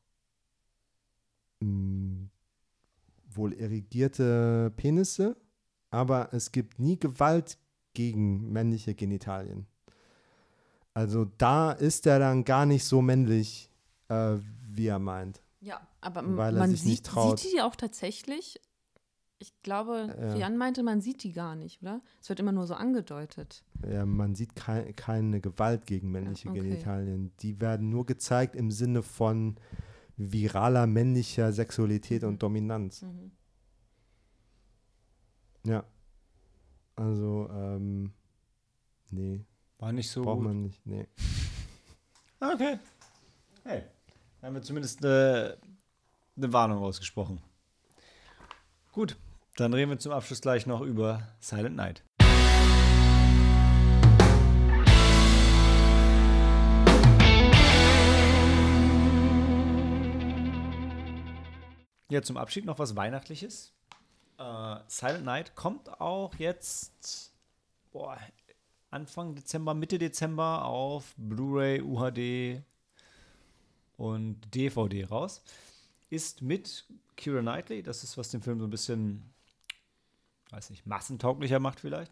mh, wohl erigierte Penisse, aber es gibt nie Gewalt gegen männliche Genitalien. Also da ist er dann gar nicht so männlich, äh, wie er meint. Ja, aber Weil er man sich sieht, nicht traut. sieht die auch tatsächlich. Ich glaube, Ja. Jan meinte, man sieht die gar nicht, oder? Es wird immer nur so angedeutet. Ja, man sieht kei- keine Gewalt gegen männliche Ja, okay. Genitalien. Die werden nur gezeigt im Sinne von viraler männlicher Sexualität Mhm. und Dominanz. Mhm. Ja. Also, ähm, nee, War nicht so braucht gut. man nicht. Nee. Okay. Hey, da haben wir zumindest eine, eine Warnung ausgesprochen. Gut, dann reden wir zum Abschluss gleich noch über Silent Night. Ja, zum Abschied noch was Weihnachtliches. Äh, Silent Night kommt auch jetzt boah, Anfang Dezember, Mitte Dezember auf Blu-ray, U H D und D V D raus. Ist mit Keira Knightley, das ist, was den Film so ein bisschen, weiß nicht, massentauglicher macht vielleicht.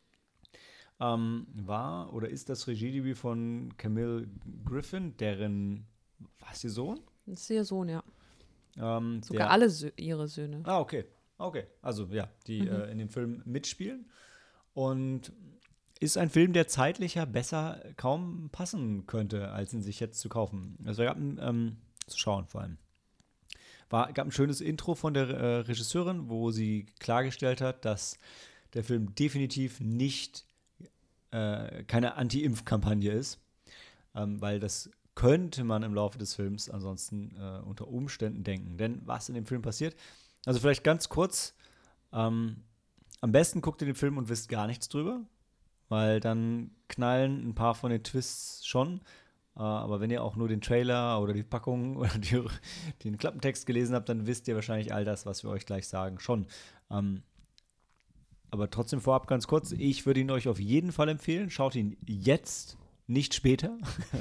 Ähm, war oder ist das Regiedebüt von Camille Griffin, deren, was, ihr Sohn? Das ist ihr Sohn, ja. Ähm, Sogar der- alle Sö- ihre Söhne. Ah, okay. Okay. Also ja, die Mhm. äh, in dem Film mitspielen. Und ist ein Film, der zeitlicher besser kaum passen könnte, als ihn sich jetzt zu kaufen. Also gab ein, ähm, zu schauen vor allem. War, gab ein schönes Intro von der äh, Regisseurin, wo sie klargestellt hat, dass der Film definitiv nicht äh, keine Anti-Impf-Kampagne ist, ähm, weil das könnte man im Laufe des Films ansonsten äh, unter Umständen denken. Denn was in dem Film passiert, also vielleicht ganz kurz, ähm, am besten guckt ihr den Film und wisst gar nichts drüber, weil dann knallen ein paar von den Twists schon. Äh, aber wenn ihr auch nur den Trailer oder die Packung oder die, den Klappentext gelesen habt, dann wisst ihr wahrscheinlich all das, was wir euch gleich sagen, schon. Ähm, aber trotzdem vorab ganz kurz, ich würde ihn euch auf jeden Fall empfehlen. Schaut ihn jetzt, nicht später.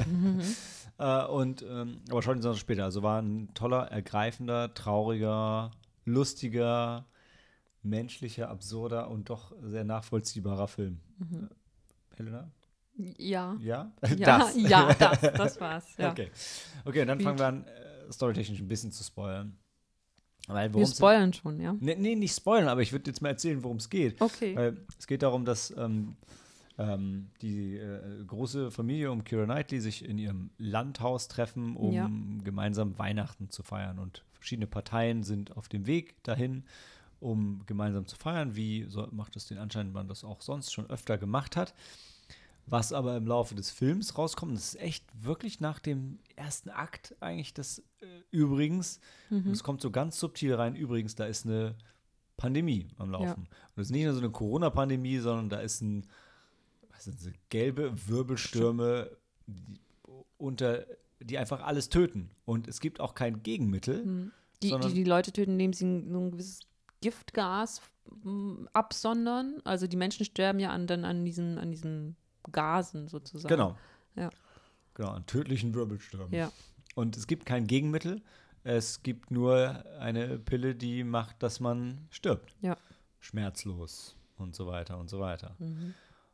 äh, und, ähm, aber schaut ihn sonst später. Also war ein toller, ergreifender, trauriger, lustiger, menschlicher, absurder und doch sehr nachvollziehbarer Film. Mhm. Helena? Ja. Ja? Ja, Das. ja, das, das war's. Ja. Okay. Okay, und dann Sweet. fangen wir an, äh, storytechnisch ein bisschen zu spoilern. Weil Wir worum's- spoilern schon, ja. Nee, nee, nicht spoilern, aber ich würde jetzt mal erzählen, worum es geht. Okay. Weil es geht darum, dass ähm, ähm, die äh, große Familie um Keira Knightley sich in ihrem Landhaus treffen, um Ja. gemeinsam Weihnachten zu feiern. Und verschiedene Parteien sind auf dem Weg dahin, um gemeinsam zu feiern. Wie so, macht es den Anschein, man das auch sonst schon öfter gemacht hat. Was aber im Laufe des Films rauskommt, das ist echt wirklich nach dem ersten Akt eigentlich das äh, übrigens, und Mhm. es kommt so ganz subtil rein, übrigens, da ist eine Pandemie am Laufen. Ja. Und es ist nicht nur so eine Corona-Pandemie, sondern da ist ein, was sind sie, gelbe Wirbelstürme, die, unter, die einfach alles töten. Und es gibt auch kein Gegenmittel. Mhm. Die, sondern- die die Leute töten, indem sie ein, so ein gewisses Giftgas mm, absondern. Also die Menschen sterben ja an, dann an diesen, an diesen Gasen sozusagen. Genau. Ja. Genau, an tödlichen Wirbelstürmen. Ja. Und es gibt kein Gegenmittel. Es gibt nur eine Pille, die macht, dass man stirbt. Ja. Schmerzlos und so weiter und so weiter. Mhm.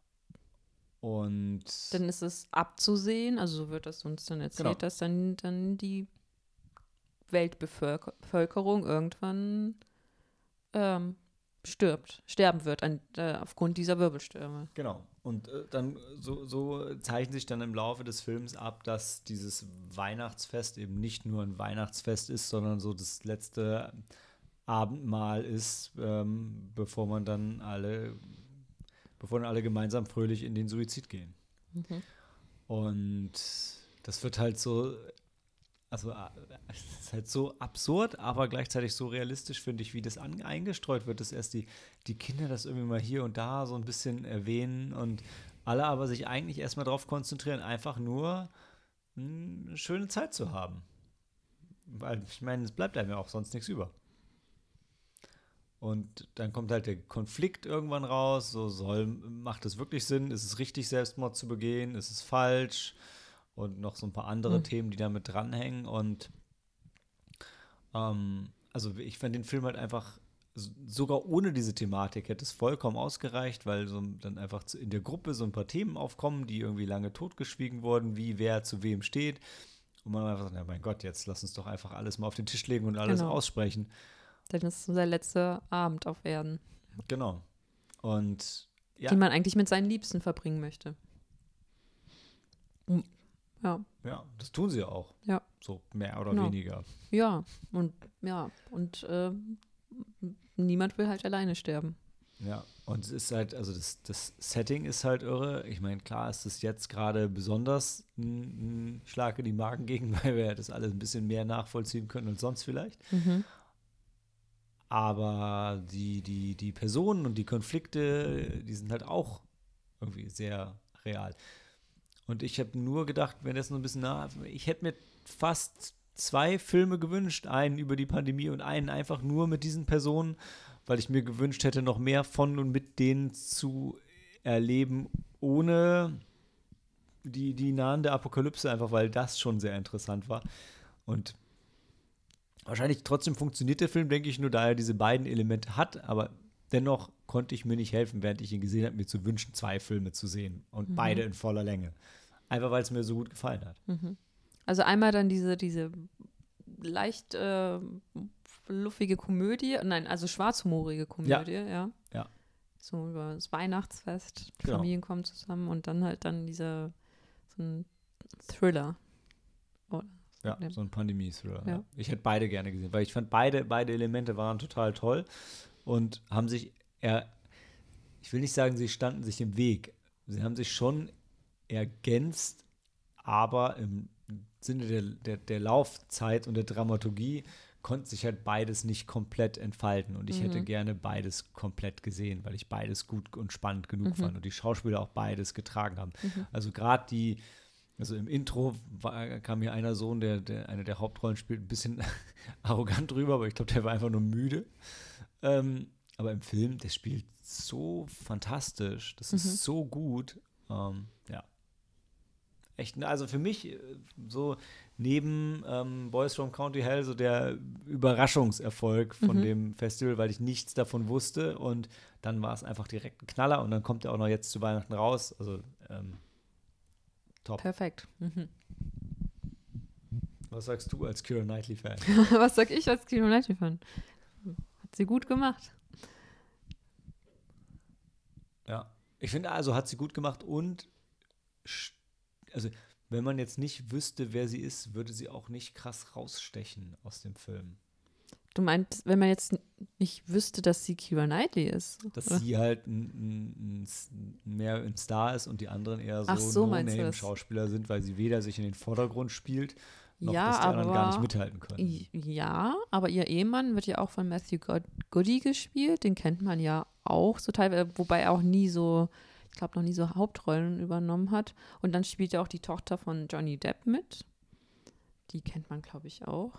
Und Dann ist es abzusehen, also so wird das uns dann erzählt, Genau. dass dann, dann die Weltbevölkerung irgendwann ähm, stirbt, sterben wird an, äh, aufgrund dieser Wirbelstürme. genau. Und äh, dann so, so zeichnet sich dann im Laufe des Films ab, dass dieses Weihnachtsfest eben nicht nur ein Weihnachtsfest ist, sondern so das letzte Abendmahl ist, ähm, bevor man dann alle, bevor dann alle gemeinsam fröhlich in den Suizid gehen. Mhm. Und das wird halt so, also äh, es ist halt so absurd, aber gleichzeitig so realistisch, finde ich, wie das an, eingestreut wird, dass erst die, die Kinder das irgendwie mal hier und da so ein bisschen erwähnen und alle aber sich eigentlich erstmal darauf konzentrieren, einfach nur mh, eine schöne Zeit zu haben. Weil, ich meine, es bleibt einem ja auch sonst nichts über. Und dann kommt halt der Konflikt irgendwann raus, so soll, macht es wirklich Sinn, ist es richtig, Selbstmord zu begehen, ist es falsch? Und noch so ein paar andere Mhm. Themen, die damit dranhängen. Und ähm, also ich fand den Film halt einfach, s- sogar ohne diese Thematik hätte es vollkommen ausgereicht, weil so dann einfach zu- in der Gruppe so ein paar Themen aufkommen, die irgendwie lange totgeschwiegen wurden, wie wer zu wem steht. Und man einfach sagt, ja mein Gott, jetzt lass uns doch einfach alles mal auf den Tisch legen und alles Genau. aussprechen. denn das ist unser letzter Abend auf Erden, Genau. Und ja, den man eigentlich mit seinen Liebsten verbringen möchte. Mm, Ja, ja, das tun sie auch. Ja. So mehr oder Genau. weniger. ja, und ja, und äh, niemand will halt alleine sterben. Ja, und es ist halt, also das, das Setting ist halt irre. Ich meine, klar ist es jetzt gerade besonders ein, ein Schlag in die Magengegend, weil wir das alles ein bisschen mehr nachvollziehen können als sonst vielleicht. Mhm. Aber die, die, die Personen und die Konflikte, die sind halt auch irgendwie sehr real. Und ich habe nur gedacht, wenn das noch ein bisschen nah, ich hätte mir fast zwei Filme gewünscht, einen über die Pandemie und einen einfach nur mit diesen Personen, weil ich mir gewünscht hätte, noch mehr von und mit denen zu erleben, ohne die, die nahende Apokalypse, einfach weil das schon sehr interessant war. Und wahrscheinlich trotzdem funktioniert der Film, denke ich, nur da er diese beiden Elemente hat, aber dennoch konnte ich mir nicht helfen, während ich ihn gesehen habe, mir zu wünschen, zwei Filme zu sehen und Mhm. beide in voller Länge. Einfach weil es mir so gut gefallen hat. Mhm. Also einmal dann diese, diese leicht äh, fluffige Komödie, nein, also schwarzhumorige Komödie, ja. Ja. So über das Weihnachtsfest, die Genau. Familien kommen zusammen und dann halt dann dieser so ein Thriller. Ja, Ja. so ein Pandemie-Thriller. Ja. Ja. Ich hätte beide gerne gesehen, weil ich fand, beide, beide Elemente waren total toll und haben sich, eher, ich will nicht sagen, sie standen sich im Weg. Sie haben sich schon ergänzt, aber im Sinne der, der, der Laufzeit und der Dramaturgie konnte sich halt beides nicht komplett entfalten. Und ich Mhm. hätte gerne beides komplett gesehen, weil ich beides gut und spannend genug Mhm. fand und die Schauspieler auch beides getragen haben. Mhm. Also gerade die, also im Intro war, kam mir einer Sohn, der, der eine der Hauptrollen spielt, ein bisschen arrogant drüber, aber ich glaube, der war einfach nur müde. Ähm, aber im Film, der spielt so fantastisch, das Mhm. ist so gut. Ähm, ja. Echt, also für mich äh, so neben ähm, Boys from County Hell so der Überraschungserfolg von Mhm. dem Festival, weil ich nichts davon wusste und dann war es einfach direkt ein Knaller und dann kommt er auch noch jetzt zu Weihnachten raus. Also ähm, top. Perfekt. Mhm. Was sagst du als Keira Knightley-Fan? Was sag ich als Kino Knightley-Fan? Hat sie gut gemacht. Ja, ich finde also, hat sie gut gemacht und sch- also wenn man jetzt nicht wüsste, wer sie ist, würde sie auch nicht krass rausstechen aus dem Film. Du meinst, wenn man jetzt n- nicht wüsste, dass sie Keira Knightley ist? Dass oder? sie halt ein, ein, ein, S- mehr ein Star ist und die anderen eher so, Ach so, meinst du das? No-Name-Schauspieler sind, weil sie weder sich in den Vordergrund spielt, noch Ja, dass die anderen gar nicht aber- mithalten können. I- Ja, aber ihr Ehemann wird ja auch von Matthew God Goody gespielt. Den kennt man ja auch so teilweise, wobei er auch nie so, ich glaube, noch nie so Hauptrollen übernommen hat. Und dann spielt ja auch die Tochter von Johnny Depp mit. Die kennt man, glaube ich, auch.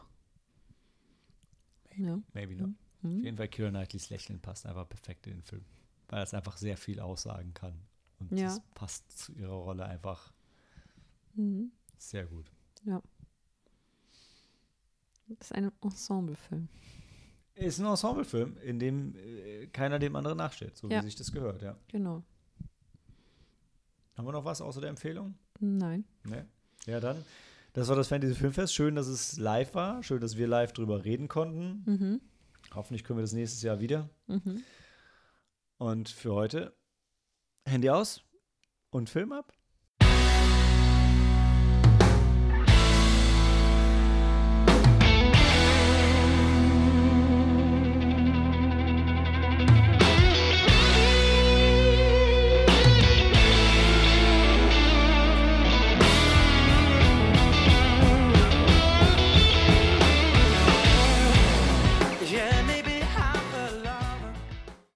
Ja. Maybe not. Auf Hm. jeden Fall, Keira Knightleys Lächeln passt einfach perfekt in den Film, weil es einfach sehr viel aussagen kann. Und Ja. das passt zu ihrer Rolle einfach Mhm. sehr gut. Das ist ein Ensemblefilm. Ist ein Ensemblefilm, in dem äh, keiner dem anderen nachsteht, so Ja. wie sich das gehört, ja. Genau. Haben wir noch was außer der Empfehlung? Nein. Ne? Ja, dann. Das war das Fantasy Filmfest. Schön, dass es live war. Schön, dass wir live drüber reden konnten. Mhm. Hoffentlich können wir das nächstes Jahr wieder. Mhm. Und für heute Handy aus und Film ab.